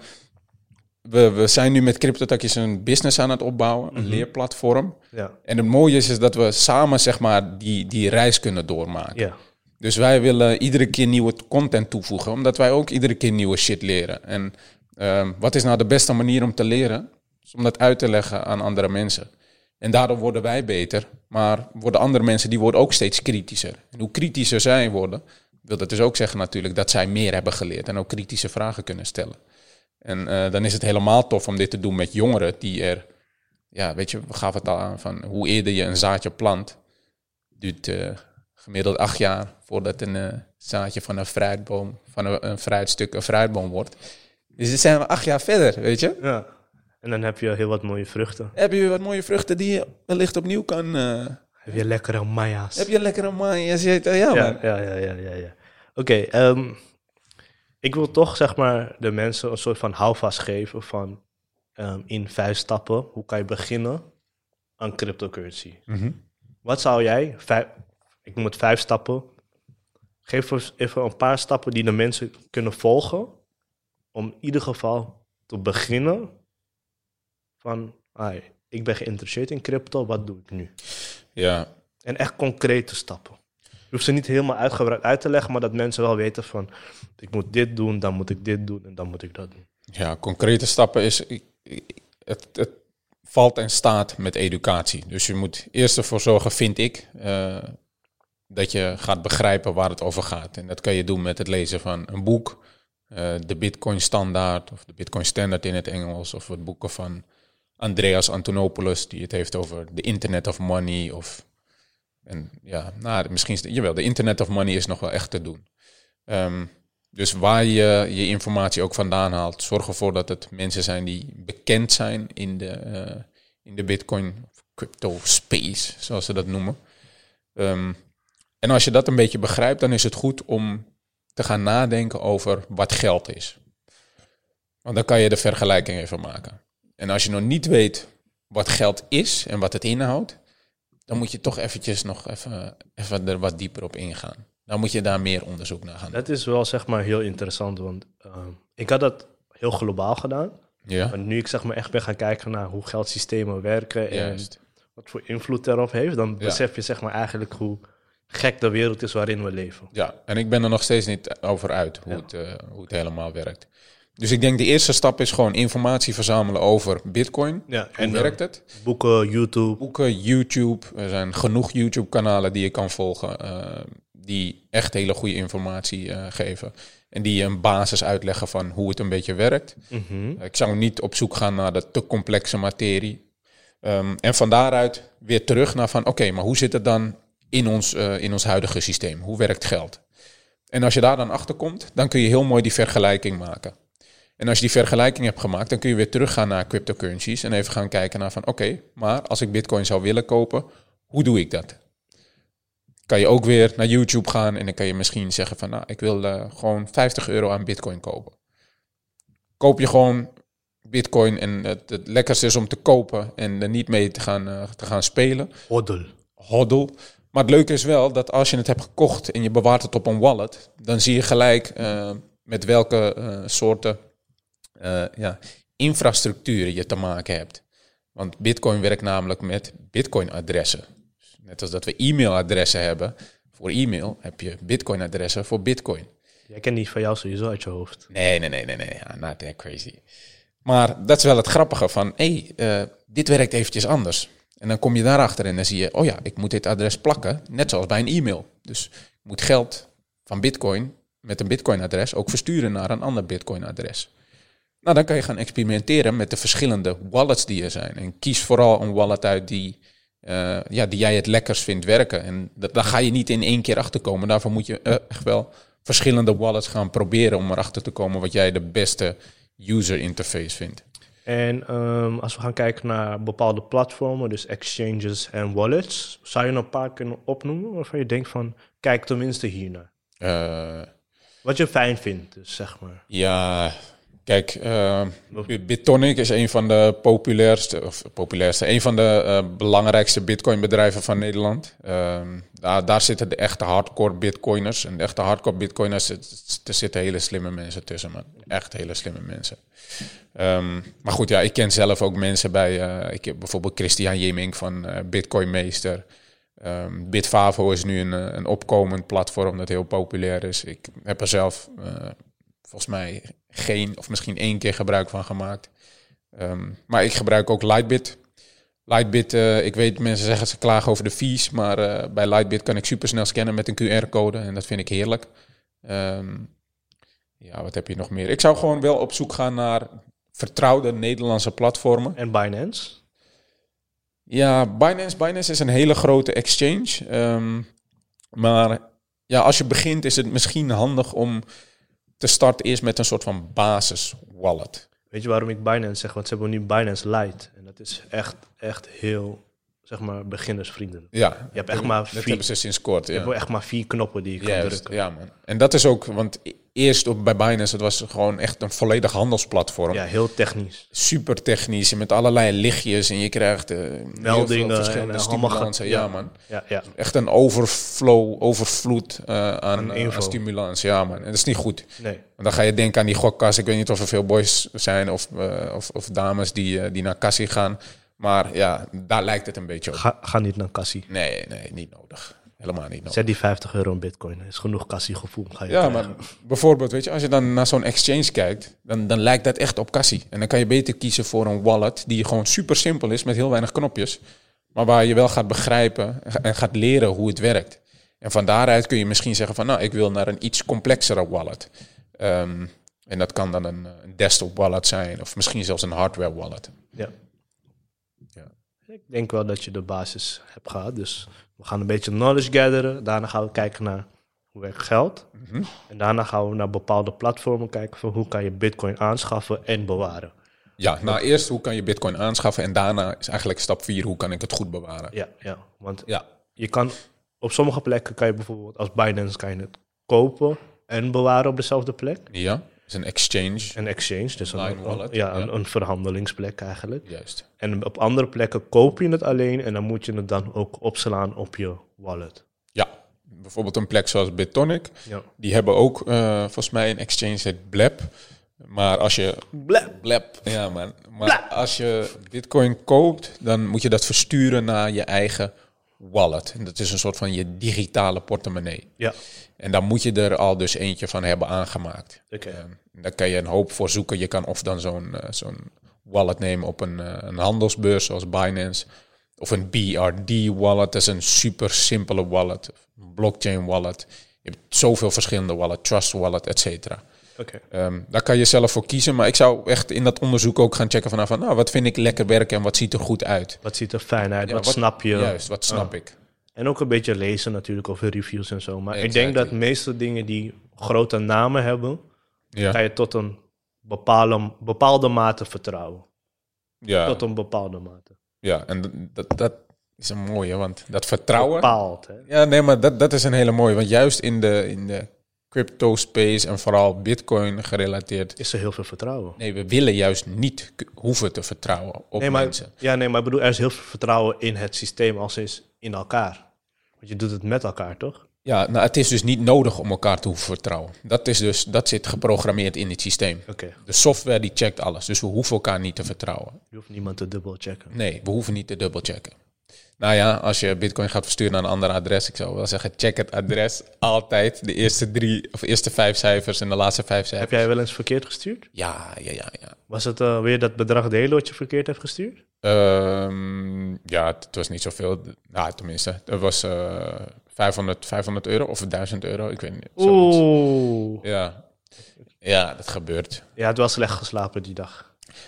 we zijn nu met CryptoTakjes een business aan het opbouwen, een leerplatform. Ja. En het mooie is dat we samen, zeg maar, die reis kunnen doormaken. Ja. Dus wij willen iedere keer nieuwe content toevoegen, omdat wij ook iedere keer nieuwe shit leren. En wat is nou de beste manier om te leren? Is om dat uit te leggen aan andere mensen. En daardoor worden wij beter, maar worden andere mensen, die worden ook steeds kritischer. En hoe kritischer zij worden, wil dat dus ook zeggen natuurlijk dat zij meer hebben geleerd en ook kritische vragen kunnen stellen. En dan is het helemaal tof om dit te doen met jongeren die ja, weet je, we gaven het al aan van hoe eerder je een zaadje plant, duurt gemiddeld 8 jaar voordat een zaadje van een fruitboom, van een fruitstuk een fruitboom wordt. Dus dan zijn we 8 jaar verder, weet je. Ja. En dan heb je heel wat mooie vruchten. Heb je wat mooie vruchten die je wellicht opnieuw kan... Heb je lekkere maya's. Heb je lekkere maya's? Ja, man. Ja. Oké, ik wil toch zeg maar de mensen een soort van houvast geven van in 5 stappen. Hoe kan je beginnen aan cryptocurrency? Mhm. Wat zou jij, ik noem het 5 stappen, geef even een paar stappen die de mensen kunnen volgen om in ieder geval te beginnen van, ik ben geïnteresseerd in crypto, wat doe ik nu? Ja, En echt concrete stappen. Je hoeft ze niet helemaal uitgebreid uit te leggen, maar dat mensen wel weten van, ik moet dit doen, dan moet ik dit doen en dan moet ik dat doen. ja, concrete stappen is... Het valt en staat met educatie. Dus je moet eerst ervoor zorgen, vind ik, dat je gaat begrijpen waar het over gaat. En dat kan je doen met het lezen van een boek, de Bitcoin Standaard of de Bitcoin Standard in het Engels, of het boeken van Andreas Antonopoulos, die het heeft over de Internet of Money. Jawel, de Internet of Money is nog wel echt te doen. Dus waar je je informatie ook vandaan haalt, zorg ervoor dat het mensen zijn die bekend zijn in de Bitcoin crypto space, zoals ze dat noemen. En als je dat een beetje begrijpt, dan is het goed om te gaan nadenken over wat geld is. Want dan kan je de vergelijking even maken. En als je nog niet weet wat geld is en wat het inhoudt, dan moet je toch eventjes nog even er wat dieper op ingaan. Dan moet je daar meer onderzoek naar gaan doen. Dat is wel zeg maar heel interessant, want ik had dat heel globaal gedaan. Ja, Maar nu ik zeg maar echt ben gaan kijken naar hoe geldsystemen werken en juist. wat voor invloed daarop heeft, dan besef je zeg maar eigenlijk hoe gek de wereld is waarin we leven. Ja, en ik ben er nog steeds niet over uit hoe het helemaal werkt. Dus ik denk de eerste stap is gewoon informatie verzamelen over Bitcoin. Ja, Hoe werkt het? Boeken, YouTube. Boeken, YouTube. Er zijn genoeg YouTube-kanalen die je kan volgen, die echt hele goede informatie geven. En die je een basis uitleggen van hoe het een beetje werkt. Ik zou niet op zoek gaan naar de te complexe materie. En van daaruit weer terug naar van, oké, maar hoe zit het dan in ons huidige systeem? Hoe werkt geld? En als je daar dan achter komt, dan kun je heel mooi die vergelijking maken. En als je die vergelijking hebt gemaakt, dan kun je weer teruggaan naar cryptocurrencies en even gaan kijken naar van, oké, maar als ik Bitcoin zou willen kopen, hoe doe ik dat? Kan je ook weer naar YouTube gaan en dan kan je misschien zeggen van, nou, ik wil gewoon €50 aan Bitcoin kopen. koop je gewoon Bitcoin en het lekkerste is om te kopen en er niet mee te gaan spelen. Hodl. Maar het leuke is wel dat als je het hebt gekocht en je bewaart het op een wallet, dan zie je gelijk met welke soorten infrastructuur je te maken hebt. Want Bitcoin werkt namelijk met Bitcoin-adressen. Net als dat we e-mailadressen hebben voor e-mail, heb je Bitcoin-adressen voor Bitcoin. Jij kent die van jou sowieso uit je hoofd. Nee. Ja, not that crazy. Maar dat is wel het grappige van, dit werkt eventjes anders. En dan kom je daarachter en dan zie je, oh ja, ik moet dit adres plakken, net zoals bij een e-mail. Dus ik moet geld van Bitcoin met een Bitcoin-adres ook versturen naar een ander Bitcoin-adres. Nou, dan kan je gaan experimenteren met de verschillende wallets die er zijn. En kies vooral een wallet uit die jij het lekkers vindt werken. En daar ga je niet in één keer achter komen. Daarvoor moet je echt wel verschillende wallets gaan proberen om erachter te komen wat jij de beste user interface vindt. En als we gaan kijken naar bepaalde platformen, dus exchanges en wallets, zou je een paar kunnen opnoemen waarvan je denkt van, kijk tenminste hiernaar. Wat je fijn vindt, dus zeg maar. Ja, kijk, BitTonic is een van de populairste, een van de belangrijkste Bitcoin-bedrijven van Nederland. Daar zitten de echte hardcore Bitcoiners. En de echte hardcore Bitcoiners, er zitten hele slimme mensen tussen, man. Echt hele slimme mensen. Maar goed, ja, ik ken zelf ook mensen bij, ik heb bijvoorbeeld Christian Jemink van Bitcoin Meester. Bitfavo is nu een opkomend platform dat heel populair is. Ik heb er zelf volgens mij geen of misschien 1 keer gebruik van gemaakt. Maar ik gebruik ook Lightbit. Lightbit, ik weet mensen zeggen ze klagen over de fees, maar bij Lightbit kan ik supersnel scannen met een QR-code en dat vind ik heerlijk. Wat heb je nog meer? Ik zou gewoon wel op zoek gaan naar vertrouwde Nederlandse platformen. En Binance? Ja, Binance is een hele grote exchange. Maar ja, als je begint is het misschien handig om te starten eerst met een soort van basis wallet. Weet je waarom ik Binance zeg? Want ze hebben nu Binance Lite. En dat is echt heel, zeg maar, beginnersvriendelijk. Ja, je hebt echt maar 4. Dat hebben ze sinds kort. Je hebt echt maar 4 knoppen die je kan drukken. Ja, man. En dat is ook, want eerst bij Binance, het was gewoon echt een volledig handelsplatform. Ja, heel technisch. Super technisch, met allerlei lichtjes. En je krijgt meldingen verschillende stimulansen. Ja, man. Ja. Echt een overvloed aan stimulans. Ja, man. En dat is niet goed. Nee. Want dan ga je denken aan die gokkas. Ik weet niet of er veel boys zijn of dames die naar Cassie gaan. Maar ja, daar lijkt het een beetje op. Ga niet naar Cassie. Nee, niet nodig. Helemaal niet nodig. Zet die €50 in Bitcoin. Dat is genoeg Cassie-gevoel. Maar bijvoorbeeld, weet je, als je dan naar zo'n exchange kijkt, dan lijkt dat echt op Cassie. En dan kan je beter kiezen voor een wallet die gewoon super simpel is met heel weinig knopjes. Maar waar je wel gaat begrijpen en gaat leren hoe het werkt. En van daaruit kun je misschien zeggen van, nou, ik wil naar een iets complexere wallet. En dat kan dan een desktop wallet zijn of misschien zelfs een hardware wallet. Ja. Ik denk wel dat je de basis hebt gehad. Dus we gaan een beetje knowledge gatheren. Daarna gaan we kijken naar hoe werkt geld. Mm-hmm. En daarna gaan we naar bepaalde platformen kijken van hoe kan je Bitcoin aanschaffen en bewaren. Ja, nou eerst hoe kan je Bitcoin aanschaffen en daarna is eigenlijk stap 4, hoe kan ik het goed bewaren. Ja. Want je kan op sommige plekken kan je bijvoorbeeld als Binance kan je het kopen en bewaren op dezelfde plek. Ja. Is een exchange. Een exchange, dus wallet, een verhandelingsplek eigenlijk. Juist. En op andere plekken koop je het alleen en dan moet je het dan ook opslaan op je wallet. Ja, bijvoorbeeld een plek zoals BitTonic. Ja. Die hebben ook volgens mij een exchange heet Blab. Maar als je... Blab. Ja, man. Maar Blab. Als je Bitcoin koopt, dan moet je dat versturen naar je eigen wallet. En dat is een soort van je digitale portemonnee. Ja. En dan moet je er al dus eentje van hebben aangemaakt. Okay. Daar kan je een hoop voor zoeken. Je kan of dan zo'n wallet nemen op een handelsbeurs zoals Binance. Of een BRD-wallet. Dat is een super simpele wallet. Een blockchain wallet. Je hebt zoveel verschillende wallets. Trust wallet, et cetera. Okay. Daar kan je zelf voor kiezen. Maar ik zou echt in dat onderzoek ook gaan checken van nou, wat vind ik lekker werken en wat ziet er goed uit. Wat ziet er fijn uit? Ja, wat snap je? Juist, wat snap ik. En ook een beetje lezen natuurlijk over reviews en zo. Maar ik denk dat de meeste dingen die grote namen hebben, kan je tot een bepaalde mate vertrouwen. Ja. Tot een bepaalde mate. Ja, en dat is een mooie, want dat vertrouwen... Bepaald, hè? Ja, nee, maar dat is een hele mooie. Want juist in de crypto space en vooral Bitcoin gerelateerd. Is er heel veel vertrouwen? Nee, we willen juist niet hoeven te vertrouwen op mensen. Maar ik bedoel, er is heel veel vertrouwen in het systeem als is in elkaar. Want je doet het met elkaar, toch? Ja, nou, het is dus niet nodig om elkaar te hoeven vertrouwen. Dat zit geprogrammeerd in het systeem. Oké. De software die checkt alles, dus we hoeven elkaar niet te vertrouwen. Je hoeft niemand te dubbelchecken. Nee, we hoeven niet te dubbelchecken. Nou ja, als je Bitcoin gaat versturen naar een ander adres, ik zou wel zeggen, check het adres altijd. De eerste 5 cijfers en de laatste 5 cijfers. Heb jij wel eens verkeerd gestuurd? Ja. Was het weer dat bedrag delen wat je verkeerd hebt gestuurd? Ja, het was niet zoveel. Nou, tenminste, het was 500 euro of 1000 euro, ik weet niet. Zoiets. Oeh. Ja, dat gebeurt. Ja, het was slecht geslapen die dag.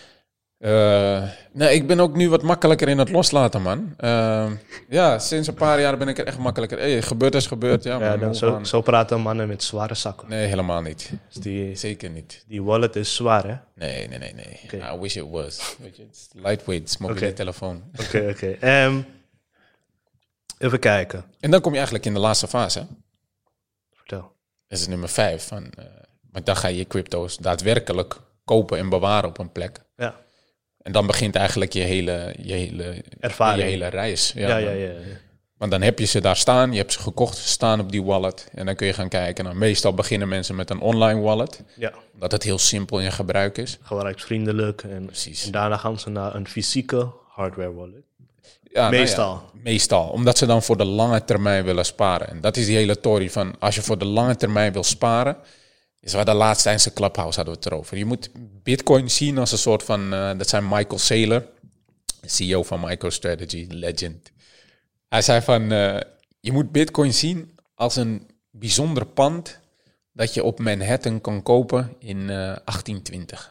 Nee, ik ben ook nu wat makkelijker in het loslaten, man. Ja, sinds een paar jaar ben ik er echt makkelijker. Hey, gebeurd is gebeurd, ja. Ja, man, dan zo praten mannen met zware zakken. Nee, helemaal niet. Dus Zeker niet. die wallet is zwaar, hè? Nee. Okay. I wish it was. Weet je, it's lightweight, mobiele telefoon. Oké. Even kijken. En dan kom je eigenlijk in de laatste fase. Vertel. Dat is nummer 5. Want dan ga je crypto's daadwerkelijk kopen en bewaren op een plek. Ja. En dan begint eigenlijk je hele Ervaring. Je hele reis. Ja. Want dan heb je ze daar staan, je hebt ze gekocht, ze staan op die wallet. En dan kun je gaan kijken. Nou, meestal beginnen mensen met een online wallet. Ja. Omdat het heel simpel in gebruik is. Gebruiksvriendelijk. En daarna gaan ze naar een fysieke hardware wallet. Ja, meestal. Nou ja, meestal. Omdat ze dan voor de lange termijn willen sparen. En dat is die hele tory van, als je voor de lange termijn wil sparen, is waar de laatste eindse Clubhouse hadden we het erover. Je moet Bitcoin zien als een soort van, dat zijn Michael Saylor, CEO van MicroStrategy, legend. Hij zei van, je moet Bitcoin zien als een bijzonder pand dat je op Manhattan kan kopen in 1820.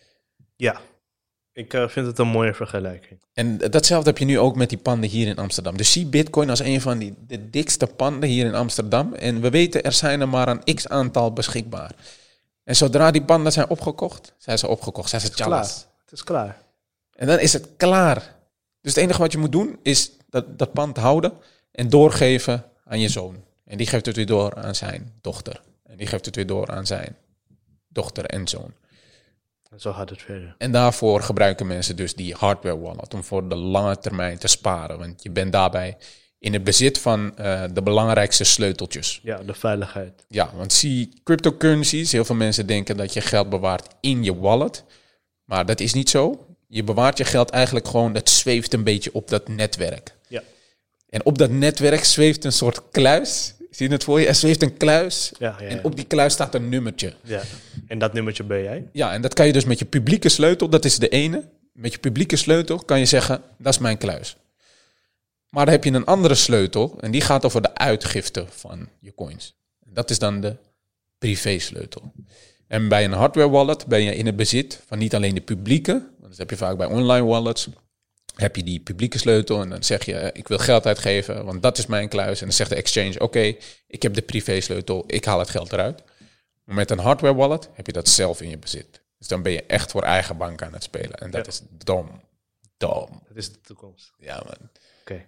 Ja, ik vind het een mooie vergelijking. En datzelfde heb je nu ook met die panden hier in Amsterdam. Dus zie Bitcoin als een van de dikste panden hier in Amsterdam. En we weten, er zijn er maar een x-aantal beschikbaar. En zodra die panden zijn opgekocht, zijn ze tjallas. Het is klaar. En dan is het klaar. Dus het enige wat je moet doen, is dat pand houden en doorgeven aan je zoon. En die geeft het weer door aan zijn dochter. En die geeft het weer door aan zijn dochter en zoon. En zo gaat het verder. En daarvoor gebruiken mensen dus die hardware wallet om voor de lange termijn te sparen. Want je bent daarbij in het bezit van de belangrijkste sleuteltjes. Ja, de veiligheid. Ja, want zie cryptocurrencies, heel veel mensen denken dat je geld bewaart in je wallet. Maar dat is niet zo. Je bewaart je geld eigenlijk gewoon, dat zweeft een beetje op dat netwerk. Ja. En op dat netwerk zweeft een soort kluis. Zie je het voor je? Er zweeft een kluis. Ja. En op die kluis staat een nummertje. Ja. En dat nummertje ben jij? Ja, en dat kan je dus met je publieke sleutel, dat is de ene. Met je publieke sleutel kan je zeggen, dat is mijn kluis. Maar dan heb je een andere sleutel en die gaat over de uitgifte van je coins. Dat is dan de privé-sleutel. En bij een hardware wallet ben je in het bezit van niet alleen de publieke, want dat heb je vaak bij online wallets, heb je die publieke sleutel en dan zeg je, ik wil geld uitgeven, want dat is mijn kluis. En dan zegt de exchange, oké, ik heb de privé-sleutel, ik haal het geld eruit. Maar met een hardware wallet heb je dat zelf in je bezit. Dus dan ben je echt voor eigen bank aan het spelen. En dat is dom. Dat is de toekomst. Ja, man. Oké.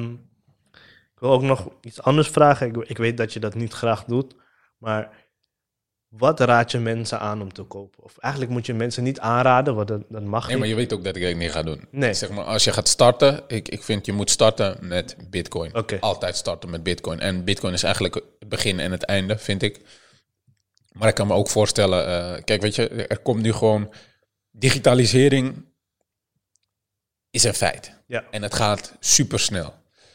Ik wil ook nog iets anders vragen. Ik weet dat je dat niet graag doet, maar wat raad je mensen aan om te kopen? Of eigenlijk moet je mensen niet aanraden, want dat mag niet. Nee, maar je weet ook dat ik het niet ga doen. Nee. Zeg maar, als je gaat starten, ik vind je moet starten met Bitcoin. Okay. Altijd starten met Bitcoin. En Bitcoin is eigenlijk het begin en het einde, vind ik. Maar ik kan me ook voorstellen, kijk, weet je, er komt nu gewoon digitalisering is een feit. Ja. En het gaat supersnel.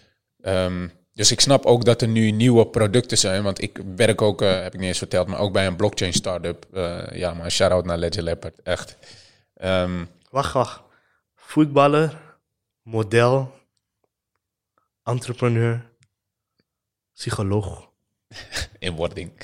Dus ik snap ook dat er nu nieuwe producten zijn. Want ik werk ook, heb ik niet eens verteld, maar ook bij een blockchain startup. Ja, maar shout-out naar Ledger Leopard, echt. Wacht. Voetballer, model, entrepreneur, psycholoog. In wording.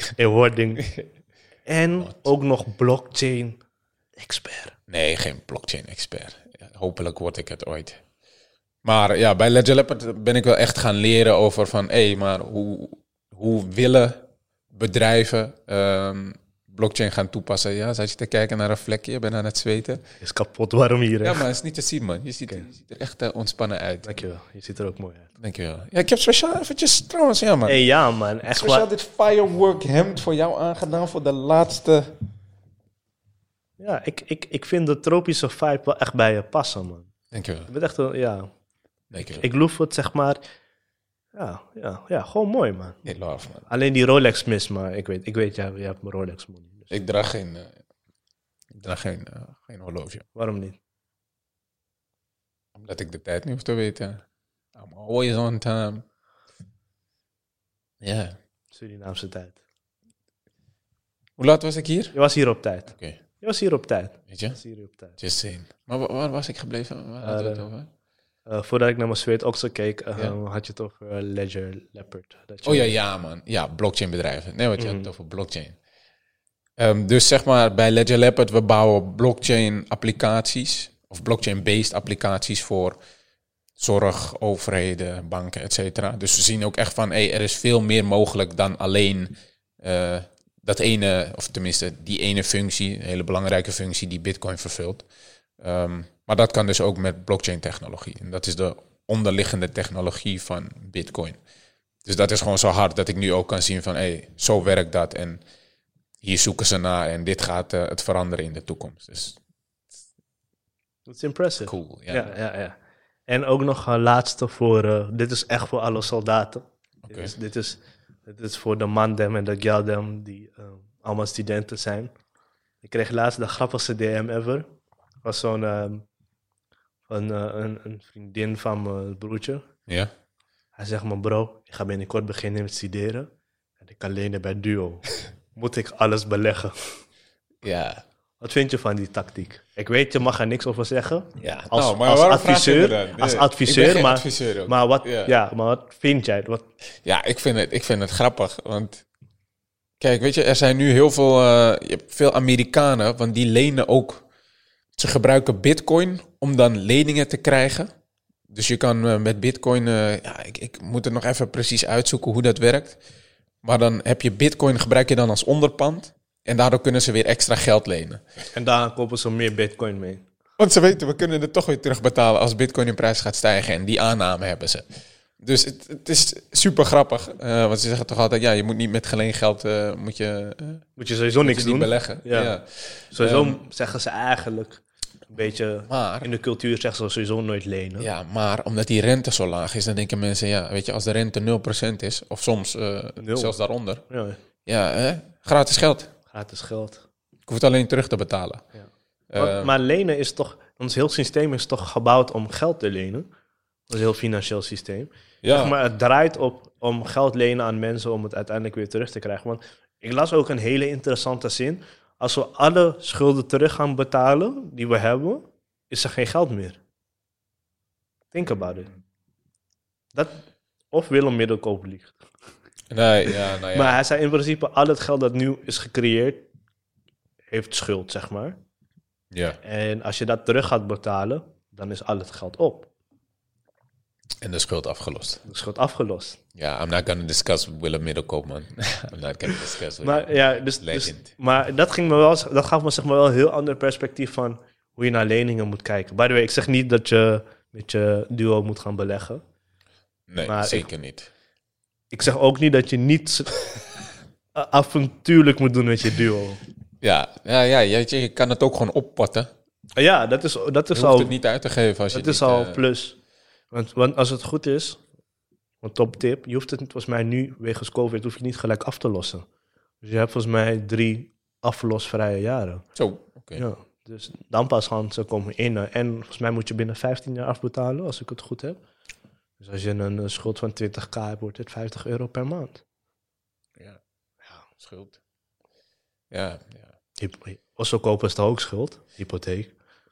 En ook nog blockchain expert. Nee, geen blockchain expert. Ja, hopelijk word ik het ooit. Maar ja, bij Ledger Leopard ben ik wel echt gaan leren over van, maar hoe willen bedrijven blockchain gaan toepassen. Ja, zat je te kijken naar een vlekje, je bent aan het zweten. Het is kapot warm hier. Hè? Ja, maar het is niet te zien, man. Je ziet er echt ontspannen uit. Dankjewel. Je ziet er ook mooi uit. Dankjewel. Ja, ik heb speciaal eventjes trouwens, ja, man. Hey, ja, man. Echt Speciaal waar. dit firework hemd voor jou aangedaan voor de laatste... Ja, ik vind de tropische vibe wel echt bij je passen, man. Dankjewel. Je bent echt ja. Dankjewel. Ik loef het, zeg maar. Ja, gewoon mooi, man. Ik love, man. Alleen die Rolex mis, maar ik weet je hebt mijn Rolex money. Dus Ik draag geen horloge. waarom niet? Omdat ik de tijd niet hoef te weten. I'm always on time. Ja. Surinaamse tijd. Hoe laat was ik hier? Je was hier op tijd. Oké. Je was hier op tijd. Weet je? Was hier op tijd. Just saying. Maar waar was ik gebleven? Waar hadden we het over? Voordat ik naar mijn Sweet Oxel keek, Ja. had je het over Ledger Leopard. Dat je- Oh ja, man. Ja, blockchain bedrijven. Nee, wat je had het over blockchain. Dus zeg maar, bij Ledger Leopard, we bouwen blockchain applicaties of blockchain-based applicaties voor zorg, overheden, banken, et cetera. Dus we zien ook echt van, er is veel meer mogelijk dan alleen dat ene, of tenminste die ene functie, een hele belangrijke functie die Bitcoin vervult. Maar dat kan dus ook met blockchain technologie. En dat is de onderliggende technologie van Bitcoin. Dus dat is gewoon zo hard dat ik nu ook kan zien van, zo werkt dat en hier zoeken ze naar en dit gaat het veranderen in de toekomst. Dus Dat is impressive. cool. Ja. Ja. En ook nog een laatste voor, dit is echt voor alle soldaten. Oké. Dit is voor de mandem en de galdem die allemaal studenten zijn. Ik kreeg laatst de grappigste DM ever. Het was een vriendin van mijn broertje. Ja? Hij zegt me, bro, ik ga binnenkort beginnen met studeren. En ik kan lenen bij Duo. Moet ik alles beleggen? Ja. Wat vind je van die tactiek? Ik weet, je mag er niks over zeggen. Ja, Als, nou, maar als waarom vraag je adviseur, me dan? Nee, als ik ben adviseur, geen maar, adviseur ook. maar, wat, Ja. maar wat vind jij? Wat, Ja, ik vind het grappig. Want kijk, weet je, er zijn nu heel veel, je hebt veel Amerikanen, want die lenen ook. Ze gebruiken Bitcoin om dan leningen te krijgen. Dus je kan met Bitcoin, ik moet het nog even precies uitzoeken hoe dat werkt. Maar dan heb je Bitcoin, gebruik je dan als onderpand. En daardoor kunnen ze weer extra geld lenen. en daar kopen ze meer bitcoin mee. Want ze weten, we kunnen het toch weer terugbetalen als Bitcoin in prijs gaat stijgen. En die aanname hebben ze. Dus het is super grappig. Want ze zeggen toch altijd, ja, je moet niet met geleend geld Moet je sowieso niks niet doen. beleggen. Ja. Sowieso zeggen ze eigenlijk een beetje... Maar, In de cultuur zeggen ze sowieso nooit lenen. ja, maar omdat die rente zo laag is, dan denken mensen, ja, weet je, als de rente 0% is, of soms zelfs daaronder, Ja, ja, gratis geld. gratis geld. Ik hoef het alleen terug te betalen. Maar lenen is toch... Ons heel systeem is toch gebouwd om geld te lenen. Ons heel financieel systeem. Ja, Zeg maar het draait op om geld lenen aan mensen om het uiteindelijk weer terug te krijgen. Want ik las ook een hele interessante zin. Als we alle schulden terug gaan betalen die we hebben, is er geen geld meer. Think about it. Dat, of Willem Middelkoop liegt. nee, ja, nou ja. Maar hij zei in principe, al het geld dat nu is gecreëerd, heeft schuld, zeg maar. Ja. En als je dat terug gaat betalen, dan is al het geld op. En de schuld afgelost. De schuld afgelost. Ja, I'm not gonna discuss Willem Middelkoop, man. I'm not gonna discuss Maar ja, dus Legend. maar dat gaf me zeg maar wel een heel ander perspectief van hoe je naar leningen moet kijken. By the way, ik zeg niet dat je met je Duo moet gaan beleggen. Nee, maar zeker niet. Ik zeg ook niet dat je niet avontuurlijk moet doen met je Duo. Ja, je kan het ook gewoon oppotten. Ja, dat is Je hoeft al, het niet uit te geven als je dat het is niet, al plus. Want als het goed is, een top tip, je hoeft het volgens mij nu, wegens COVID, hoef je niet gelijk af te lossen. Dus je hebt volgens mij 3 aflosvrije jaren. Zo, oké. Ja, dus dan pas gaan ze komen in. En volgens mij moet je binnen 15 jaar afbetalen, als ik het goed heb. Dus als je een schuld van 20k hebt, wordt het €50 per maand. Ja, schuld. Ja. Osso kopen is toch ook schuld? Hypotheek.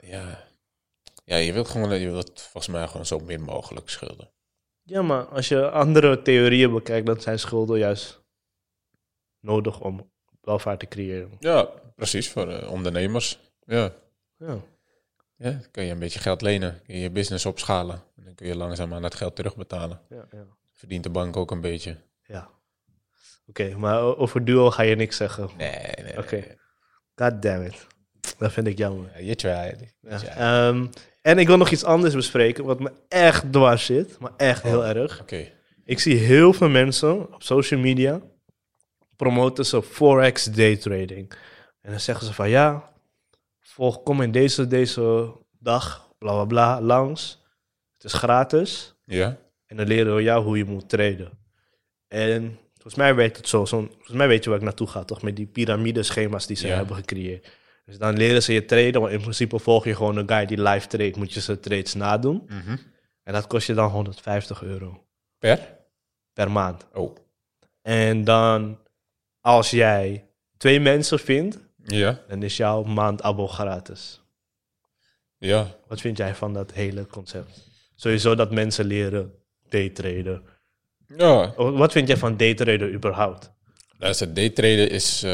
Ja, je wilt volgens mij gewoon zo min mogelijk schulden. Ja, maar als je andere theorieën bekijkt, dan zijn schulden juist nodig om welvaart te creëren. Ja, precies, voor ondernemers. Ja. Ja. Ja, dan kun je een beetje geld lenen, kun je je business opschalen. En dan kun je langzaam aan dat geld terugbetalen. Ja. Verdient de bank ook een beetje. Ja. Oké, maar over duo ga je niks zeggen. Nee. Oké. God damn it. Dat vind ik jammer. Je tried. En ik wil nog iets anders bespreken, wat me echt dwars zit. Maar echt heel erg. Oké. Ik zie heel veel mensen op social media promoten ze Forex daytrading. En dan zeggen ze van ja, kom in deze dag, bla bla bla, langs. Het is gratis. Ja? En dan leren we jou hoe je moet traden. En volgens mij werkt het zo. Volgens mij weet je waar ik naartoe ga, toch? Met die piramideschema's die ze hebben gecreëerd. Dus dan leren ze je traden, maar in principe volg je gewoon een guy die live trade. Moet je zijn trades nadoen. Mhm. En dat kost je dan €150 Per maand. Oh. En dan, als jij 2 mensen vindt, Ja? dan is jouw maandabo gratis. Ja. Wat vind jij van dat hele concept? Sowieso dat mensen leren daytraden. Ja. Wat vind jij van daytraden überhaupt? Luister, daytraden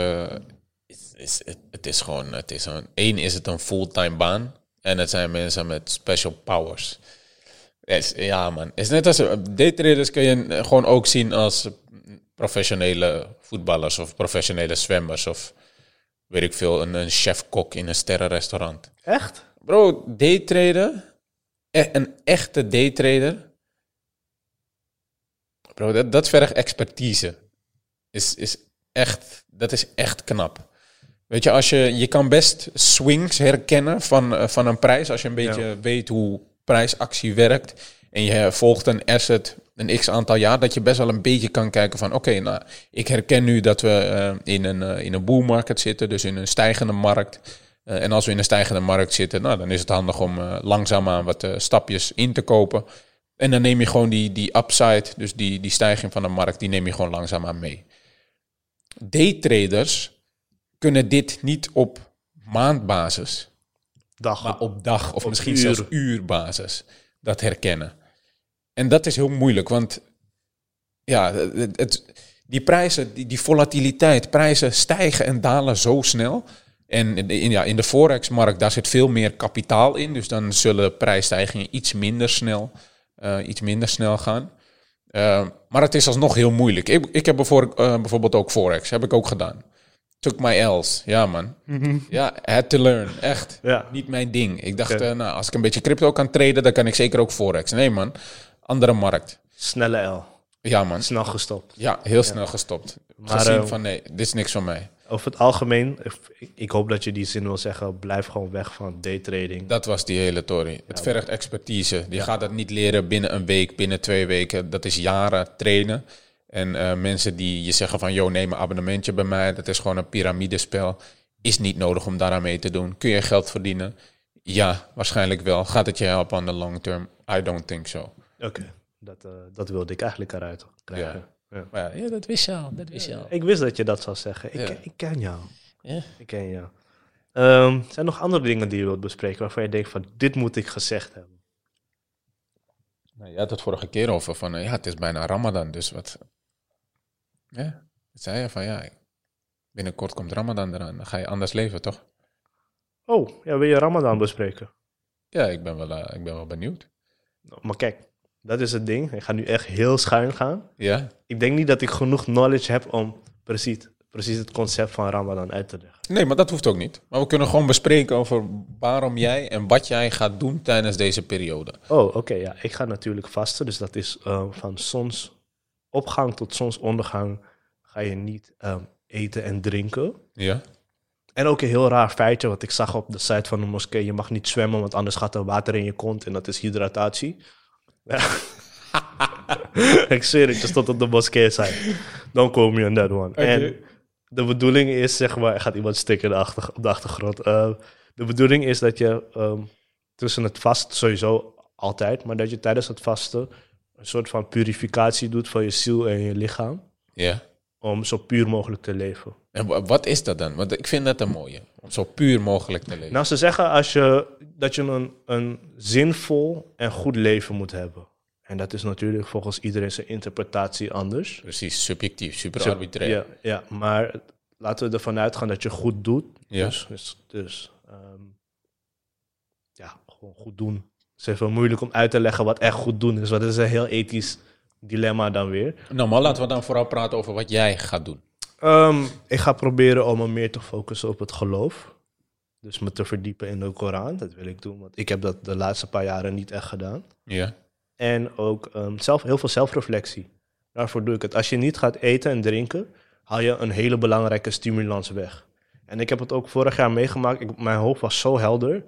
één is het een fulltime baan en het zijn mensen met special powers. Ja man, het is net als daytraders kun je gewoon ook zien als professionele voetballers of professionele zwemmers of weet ik veel, een chef-kok in een sterrenrestaurant. Echt? Bro, daytraden, een echte daytrader, bro, dat vergt expertise. Dat is echt knap. Weet je, je kan best swings herkennen van een prijs. Als je een beetje weet hoe prijsactie werkt. En je volgt een asset een x aantal jaar. Dat je best wel een beetje kan kijken van oké, nou, ik herken nu dat we in een bull market zitten. Dus in een stijgende markt. En als we in een stijgende markt zitten, nou, dan is het handig om langzaamaan wat stapjes in te kopen. En dan neem je gewoon die upside, dus die stijging van de markt, die neem je gewoon langzaamaan mee. Daytraders kunnen dit niet op maandbasis, maar op dag of misschien zelfs uurbasis dat herkennen. En dat is heel moeilijk, want ja, die prijzen, die volatiliteit, prijzen stijgen en dalen zo snel. En in de Forex-markt, daar zit veel meer kapitaal in, dus dan zullen prijsstijgingen iets minder snel gaan. Maar het is alsnog heel moeilijk. Ik heb bijvoorbeeld ook Forex. Heb ik ook gedaan. Took my L's. Ja, man. Ja, had to learn. Echt. Ja. Niet mijn ding. Ik dacht, als ik een beetje crypto kan traden, dan kan ik zeker ook Forex. Nee, man. Andere markt. Snelle L. Ja, man. Snel gestopt. Ja, heel snel gestopt. Maar, gezien van, nee, dit is niks van mij. Over het algemeen, ik hoop dat je die zin wil zeggen, blijf gewoon weg van daytrading. Dat was die hele tory. Het vergt expertise. Je gaat dat niet leren binnen een week, binnen 2 weken. Dat is jaren trainen. En mensen die je zeggen van, neem een abonnementje bij mij. Dat is gewoon een piramidespel. Is niet nodig om daaraan mee te doen. Kun je geld verdienen? Ja, waarschijnlijk wel. Gaat het je helpen aan de long term? I don't think so. Oké, dat wilde ik eigenlijk eruit krijgen. Ja. Maar ja, dat wist je al. Ik wist dat je dat zou zeggen. Ik ken jou. Ja. Ik ken jou. Zijn er nog andere dingen die je wilt bespreken waarvan je denkt van, dit moet ik gezegd hebben? Nou, je had het vorige keer over van, het is bijna Ramadan, dus wat... Ja, dat zei je van, binnenkort komt Ramadan eraan. Dan ga je anders leven, toch? Oh, ja, wil je Ramadan bespreken? Ja, ik ben wel benieuwd. Maar kijk, dat is het ding. Ik ga nu echt heel schuin gaan. Ja? Ik denk niet dat ik genoeg knowledge heb om precies het concept van Ramadan uit te leggen. Nee, maar dat hoeft ook niet. Maar we kunnen gewoon bespreken over waarom jij en wat jij gaat doen tijdens deze periode. Oh, oké, ja. Ik ga natuurlijk vasten. Dus dat is van zonsopgang tot zonsondergang ga je niet eten en drinken. Ja? En ook een heel raar feitje, wat ik zag op de site van de moskee. Je mag niet zwemmen, want anders gaat er water in je kont en dat is hydratatie. Ja. Ik zweer het, je stond op de moskee site. Don't call me on that one. Okay. En de bedoeling is, zeg maar, er gaat iemand stikken op de achtergrond. De bedoeling is dat je tussen het vast, sowieso altijd, maar dat je tijdens het vasten een soort van purificatie doet van je ziel en je lichaam. Ja. Om zo puur mogelijk te leven. En wat is dat dan? Want ik vind dat een mooie. Om zo puur mogelijk te leven. Nou, ze zeggen dat je een zinvol en goed leven moet hebben. En dat is natuurlijk volgens iedereen zijn interpretatie anders. Precies, subjectief, super arbitrair. Ja, maar laten we ervan uitgaan dat je goed doet. Ja. Dus gewoon goed doen. Het is even moeilijk om uit te leggen wat echt goed doen is. Want het is een heel ethisch dilemma dan weer. Nou, maar laten we dan vooral praten over wat jij gaat doen. Ik ga proberen om me meer te focussen op het geloof. Dus me te verdiepen in de Koran. Dat wil ik doen, want ik heb dat de laatste paar jaren niet echt gedaan. Ja. En ook heel veel zelfreflectie. Daarvoor doe ik het. Als je niet gaat eten en drinken, haal je een hele belangrijke stimulans weg. En ik heb het ook vorig jaar meegemaakt. Mijn hoofd was zo helder.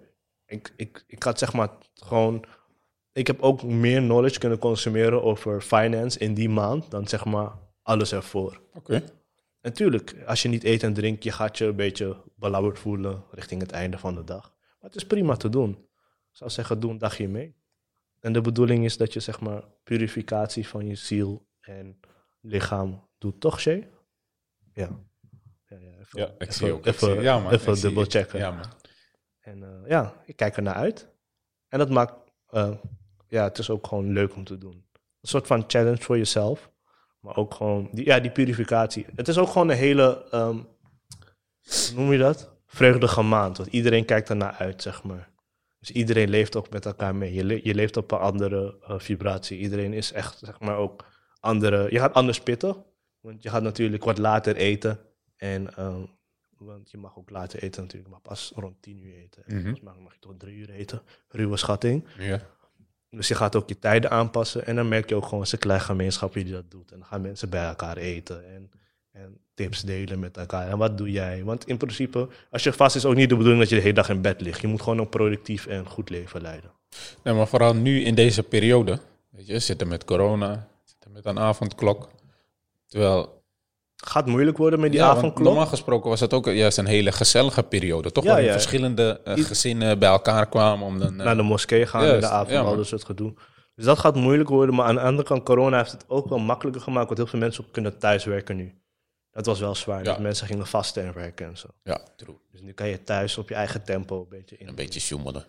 Ik had zeg maar gewoon... Ik heb ook meer knowledge kunnen consumeren over finance in die maand dan zeg maar alles ervoor. Oké. Natuurlijk, als je niet eet en drinkt, je gaat je een beetje belauwerd voelen richting het einde van de dag. Maar het is prima te doen. Ik zou zeggen, doe een dagje mee. En de bedoeling is dat je zeg maar purificatie van je ziel en lichaam doet, toch, Shay? Ja. Ja, ik zie even, ook. Even, Ja, man. even dubbel checken. Ja, man. En ik kijk er naar uit. En dat maakt, het is ook gewoon leuk om te doen. Een soort van challenge voor jezelf. Maar ook gewoon, die purificatie. Het is ook gewoon een hele, hoe noem je dat? Vreugdige maand. Want iedereen kijkt er naar uit, zeg maar. Dus iedereen leeft ook met elkaar mee. Je leeft op een andere vibratie. Iedereen is echt, zeg maar, ook andere... Je gaat anders pitten. Want je gaat natuurlijk wat later eten. En, want je mag ook later eten natuurlijk. Je mag pas rond 10 uur eten. En volgens mij mag je tot 3 uur eten. Ruwe schatting. Ja. Dus je gaat ook je tijden aanpassen. En dan merk je ook gewoon, het is een klein gemeenschapje die dat doet. En dan gaan mensen bij elkaar eten. En tips delen met elkaar. En wat doe jij? Want in principe, als je vast is ook niet de bedoeling dat je de hele dag in bed ligt. Je moet gewoon een productief en goed leven leiden. Nee, maar vooral nu in deze periode. Weet je, zitten met corona, zitten met een avondklok. Terwijl... Gaat moeilijk worden met die want avondklok. normaal gesproken was het ook juist een hele gezellige periode. Toch waarin verschillende gezinnen bij elkaar kwamen om dan... naar de moskee gaan in de avond, al dat soort gedoe. Dus dat gaat moeilijk worden. Maar aan de andere kant, corona heeft het ook wel makkelijker gemaakt. Want heel veel mensen ook kunnen thuiswerken nu. Dat was wel zwaar. Dat mensen gingen vasten en werken en zo. Ja, true. Dus nu kan je thuis op je eigen tempo een beetje in. Een beetje sjoemelen.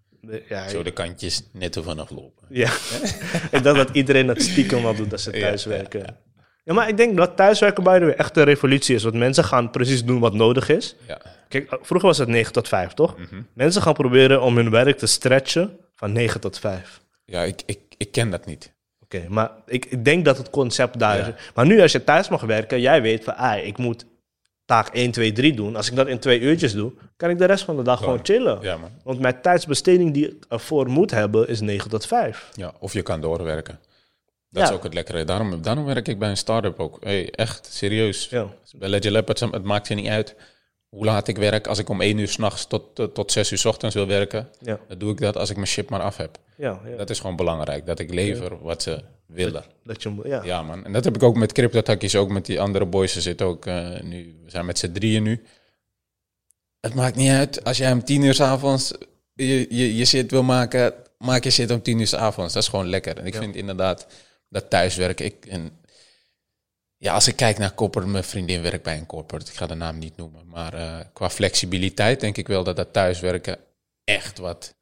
Ja, zo de kantjes net ervan aflopen. Ja, ik dacht dat iedereen dat stiekem wel doet als ze thuiswerken. Ja, maar ik denk dat thuiswerken bij de echt een revolutie is. Want mensen gaan precies doen wat nodig is. Ja. Kijk, vroeger was het 9 tot 5, toch? Mm-hmm. Mensen gaan proberen om hun werk te stretchen van 9 tot 5. Ja, ik ken dat niet. Oké, maar ik denk dat het concept daar is. Maar nu als je thuis mag werken, jij weet van... ik moet taak 1, 2, 3 doen. Als ik dat in 2 uurtjes doe, kan ik de rest van de dag gewoon chillen. Ja, man. Want mijn tijdsbesteding die ik ervoor moet hebben, is 9 tot 5. Ja, of je kan doorwerken. Dat is ook het lekkere. Daarom werk ik bij een start-up ook. Hey, echt, serieus. Ja. Bij Ledger Leopard, het maakt je niet uit hoe laat ik werk. Als ik om 1 uur 's nachts tot 6 uur 's ochtends wil werken, dan doe ik dat als ik mijn shit maar af heb. Ja. Dat is gewoon belangrijk, dat ik lever wat ze willen. Ja, man. En dat heb ik ook met CryptoTakkies, ook met die andere boys. Ze zitten ook nu, we zijn met z'n 3 nu. Het maakt niet uit, als jij om 10 uur 's avonds je shit wil maken, maak je shit om 10 uur 's avonds. Dat is gewoon lekker. En ik vind inderdaad... dat thuiswerken. Als ik kijk naar corporate, mijn vriendin werkt bij een corporate, ik ga de naam niet noemen, maar qua flexibiliteit denk ik wel dat thuiswerken echt wat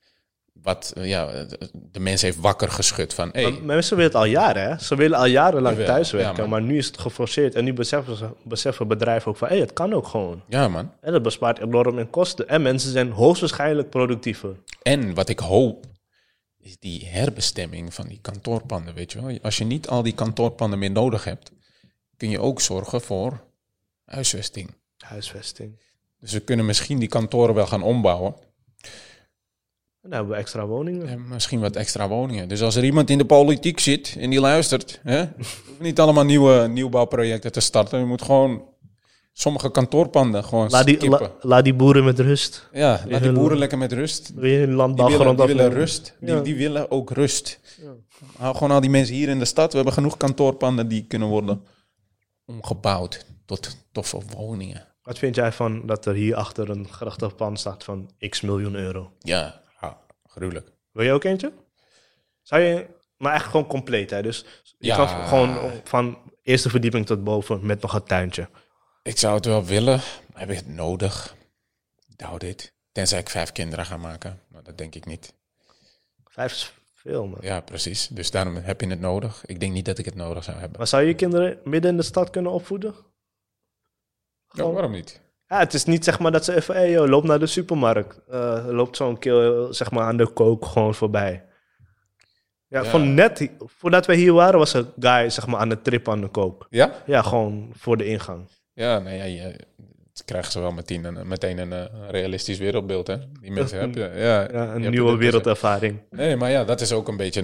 de mens heeft wakker geschud van... Hey, maar mensen willen het al jaren, hè? Ze willen al jarenlang thuiswerken, maar nu is het geforceerd. En nu beseffen bedrijven ook van, het kan ook gewoon. Ja, man. En dat bespaart enorm in kosten. En mensen zijn hoogstwaarschijnlijk productiever. En wat ik hoop, is die herbestemming van die kantoorpanden, weet je wel. Als je niet al die kantoorpanden meer nodig hebt, kun je ook zorgen voor huisvesting. Dus we kunnen misschien die kantoren wel gaan ombouwen. En dan hebben we extra woningen. En misschien wat extra woningen. Dus als er iemand in de politiek zit en die luistert, niet allemaal nieuwbouwprojecten te starten. Je moet gewoon sommige kantoorpanden gewoon skippen. Laat die boeren met rust. Ja, laat die boeren lekker met rust. Landbouwgrond die willen rust. Die willen ook rust. Ja. Hou gewoon al die mensen hier in de stad. We hebben genoeg kantoorpanden die kunnen worden omgebouwd tot toffe woningen. Wat vind jij van dat er hier achter een grachtig pand staat van x miljoen euro? Ja, gruwelijk. Wil je ook eentje? Zou je, maar echt gewoon compleet, hè? Dus je kan gewoon van eerste verdieping tot boven met nog een tuintje. Ik zou het wel willen, maar heb ik het nodig? Doubt it. Tenzij ik 5 kinderen ga maken. Maar dat denk ik niet. 5 is veel, man. Ja, precies. Dus daarom heb je het nodig. Ik denk niet dat ik het nodig zou hebben. Maar zou je kinderen midden in de stad kunnen opvoeden? Ja, waarom niet? Ja, het is niet zeg maar dat ze even, loop naar de supermarkt. Loopt zo'n keer zeg maar aan de kook gewoon voorbij. Ja, van net voordat wij hier waren, was een guy zeg maar, aan de trip aan de kook. Ja? Ja, gewoon voor de ingang. Ja, nee, ja, krijgen ze wel meteen een realistisch wereldbeeld, hè? Die mensen hebben. Ja, Ja, een je nieuwe hebt- wereldervaring. Nee, maar ja, dat is ook een beetje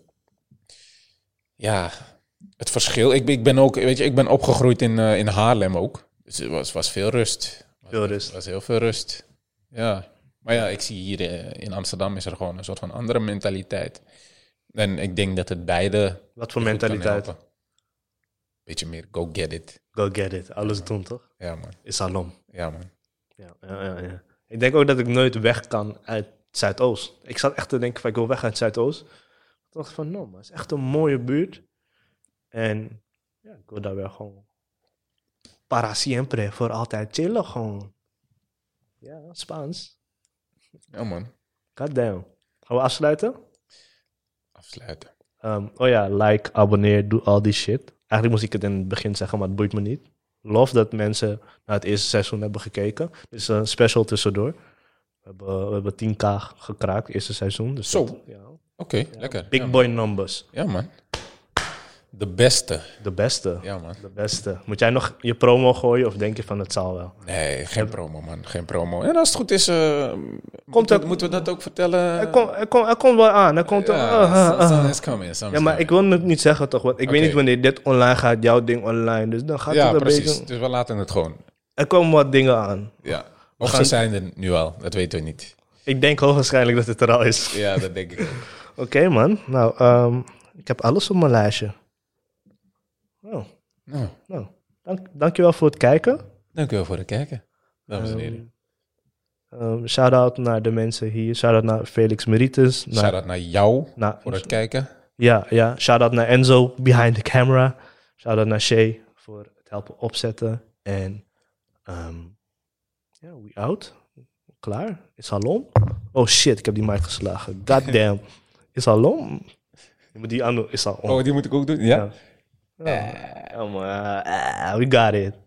het verschil. Ik ben ook, weet je, ik ben opgegroeid in Haarlem ook. Dus het was veel rust. Veel rust. Het was heel veel rust. Ja. Maar ja, ik zie hier in Amsterdam is er gewoon een soort van andere mentaliteit. En ik denk dat het beide... Wat voor je goed kan mentaliteit? helpen. Beetje meer go get it. Go get it. Alles doen, toch? Ja, man. Is alom. Ja, man. Ja. Ik denk ook dat ik nooit weg kan uit Zuidoost. Ik zat echt te denken van ik wil weg uit Zuidoost. Ik dacht van no, maar het is echt een mooie buurt. En ja, ik wil daar wel gewoon para siempre, voor altijd chillen gewoon. Ja, Spaans. Ja, man. God damn. Gaan we afsluiten? Afsluiten. Oh ja, like, abonneer, doe al die shit. Eigenlijk moest ik het in het begin zeggen, maar het boeit me niet. Love dat mensen naar het eerste seizoen hebben gekeken. Dit is een special tussendoor. We hebben 10k gekraakt, eerste seizoen. Dus Zo. dat- ja. Oké, lekker. Big Ja, boy numbers. Ja, man. De beste. De beste. Ja, man. De beste. Moet jij nog je promo gooien of denk je van het zal wel? Nee, geen promo, man. Geen promo. En als het goed is, moeten we dat ook vertellen? Hij komt wel aan. Hij komt Some is coming. Ja, maar ik wil het niet zeggen toch. Want ik weet Oké. niet wanneer dit online gaat, jouw ding online. Dus dan gaat Ja, het een precies. beetje... Dus we laten het gewoon. Er komen wat dingen aan. Ja. Of gaan- ze zijn er nu al. Dat weten we niet. Ik denk hoogwaarschijnlijk dat het er al is. Ja, dat denk ik ook. Oké, man. Nou, ik heb alles op mijn lijstje. Nou, Dankjewel voor het kijken. dank u wel voor het kijken, dames en heren. Shout-out naar de mensen hier. Shout-out naar Felix Meritus. Shout-out naar jou naar, voor het kijken. ja. Shout-out naar Enzo, behind the camera. Shout-out naar Shay voor het helpen opzetten. En we out. Klaar. Is al om? Oh shit, ik heb die mic geslagen. God damn. Is al om? Je moet die aan doen. Is al om. Oh, die moet ik ook doen? Ja? We got it.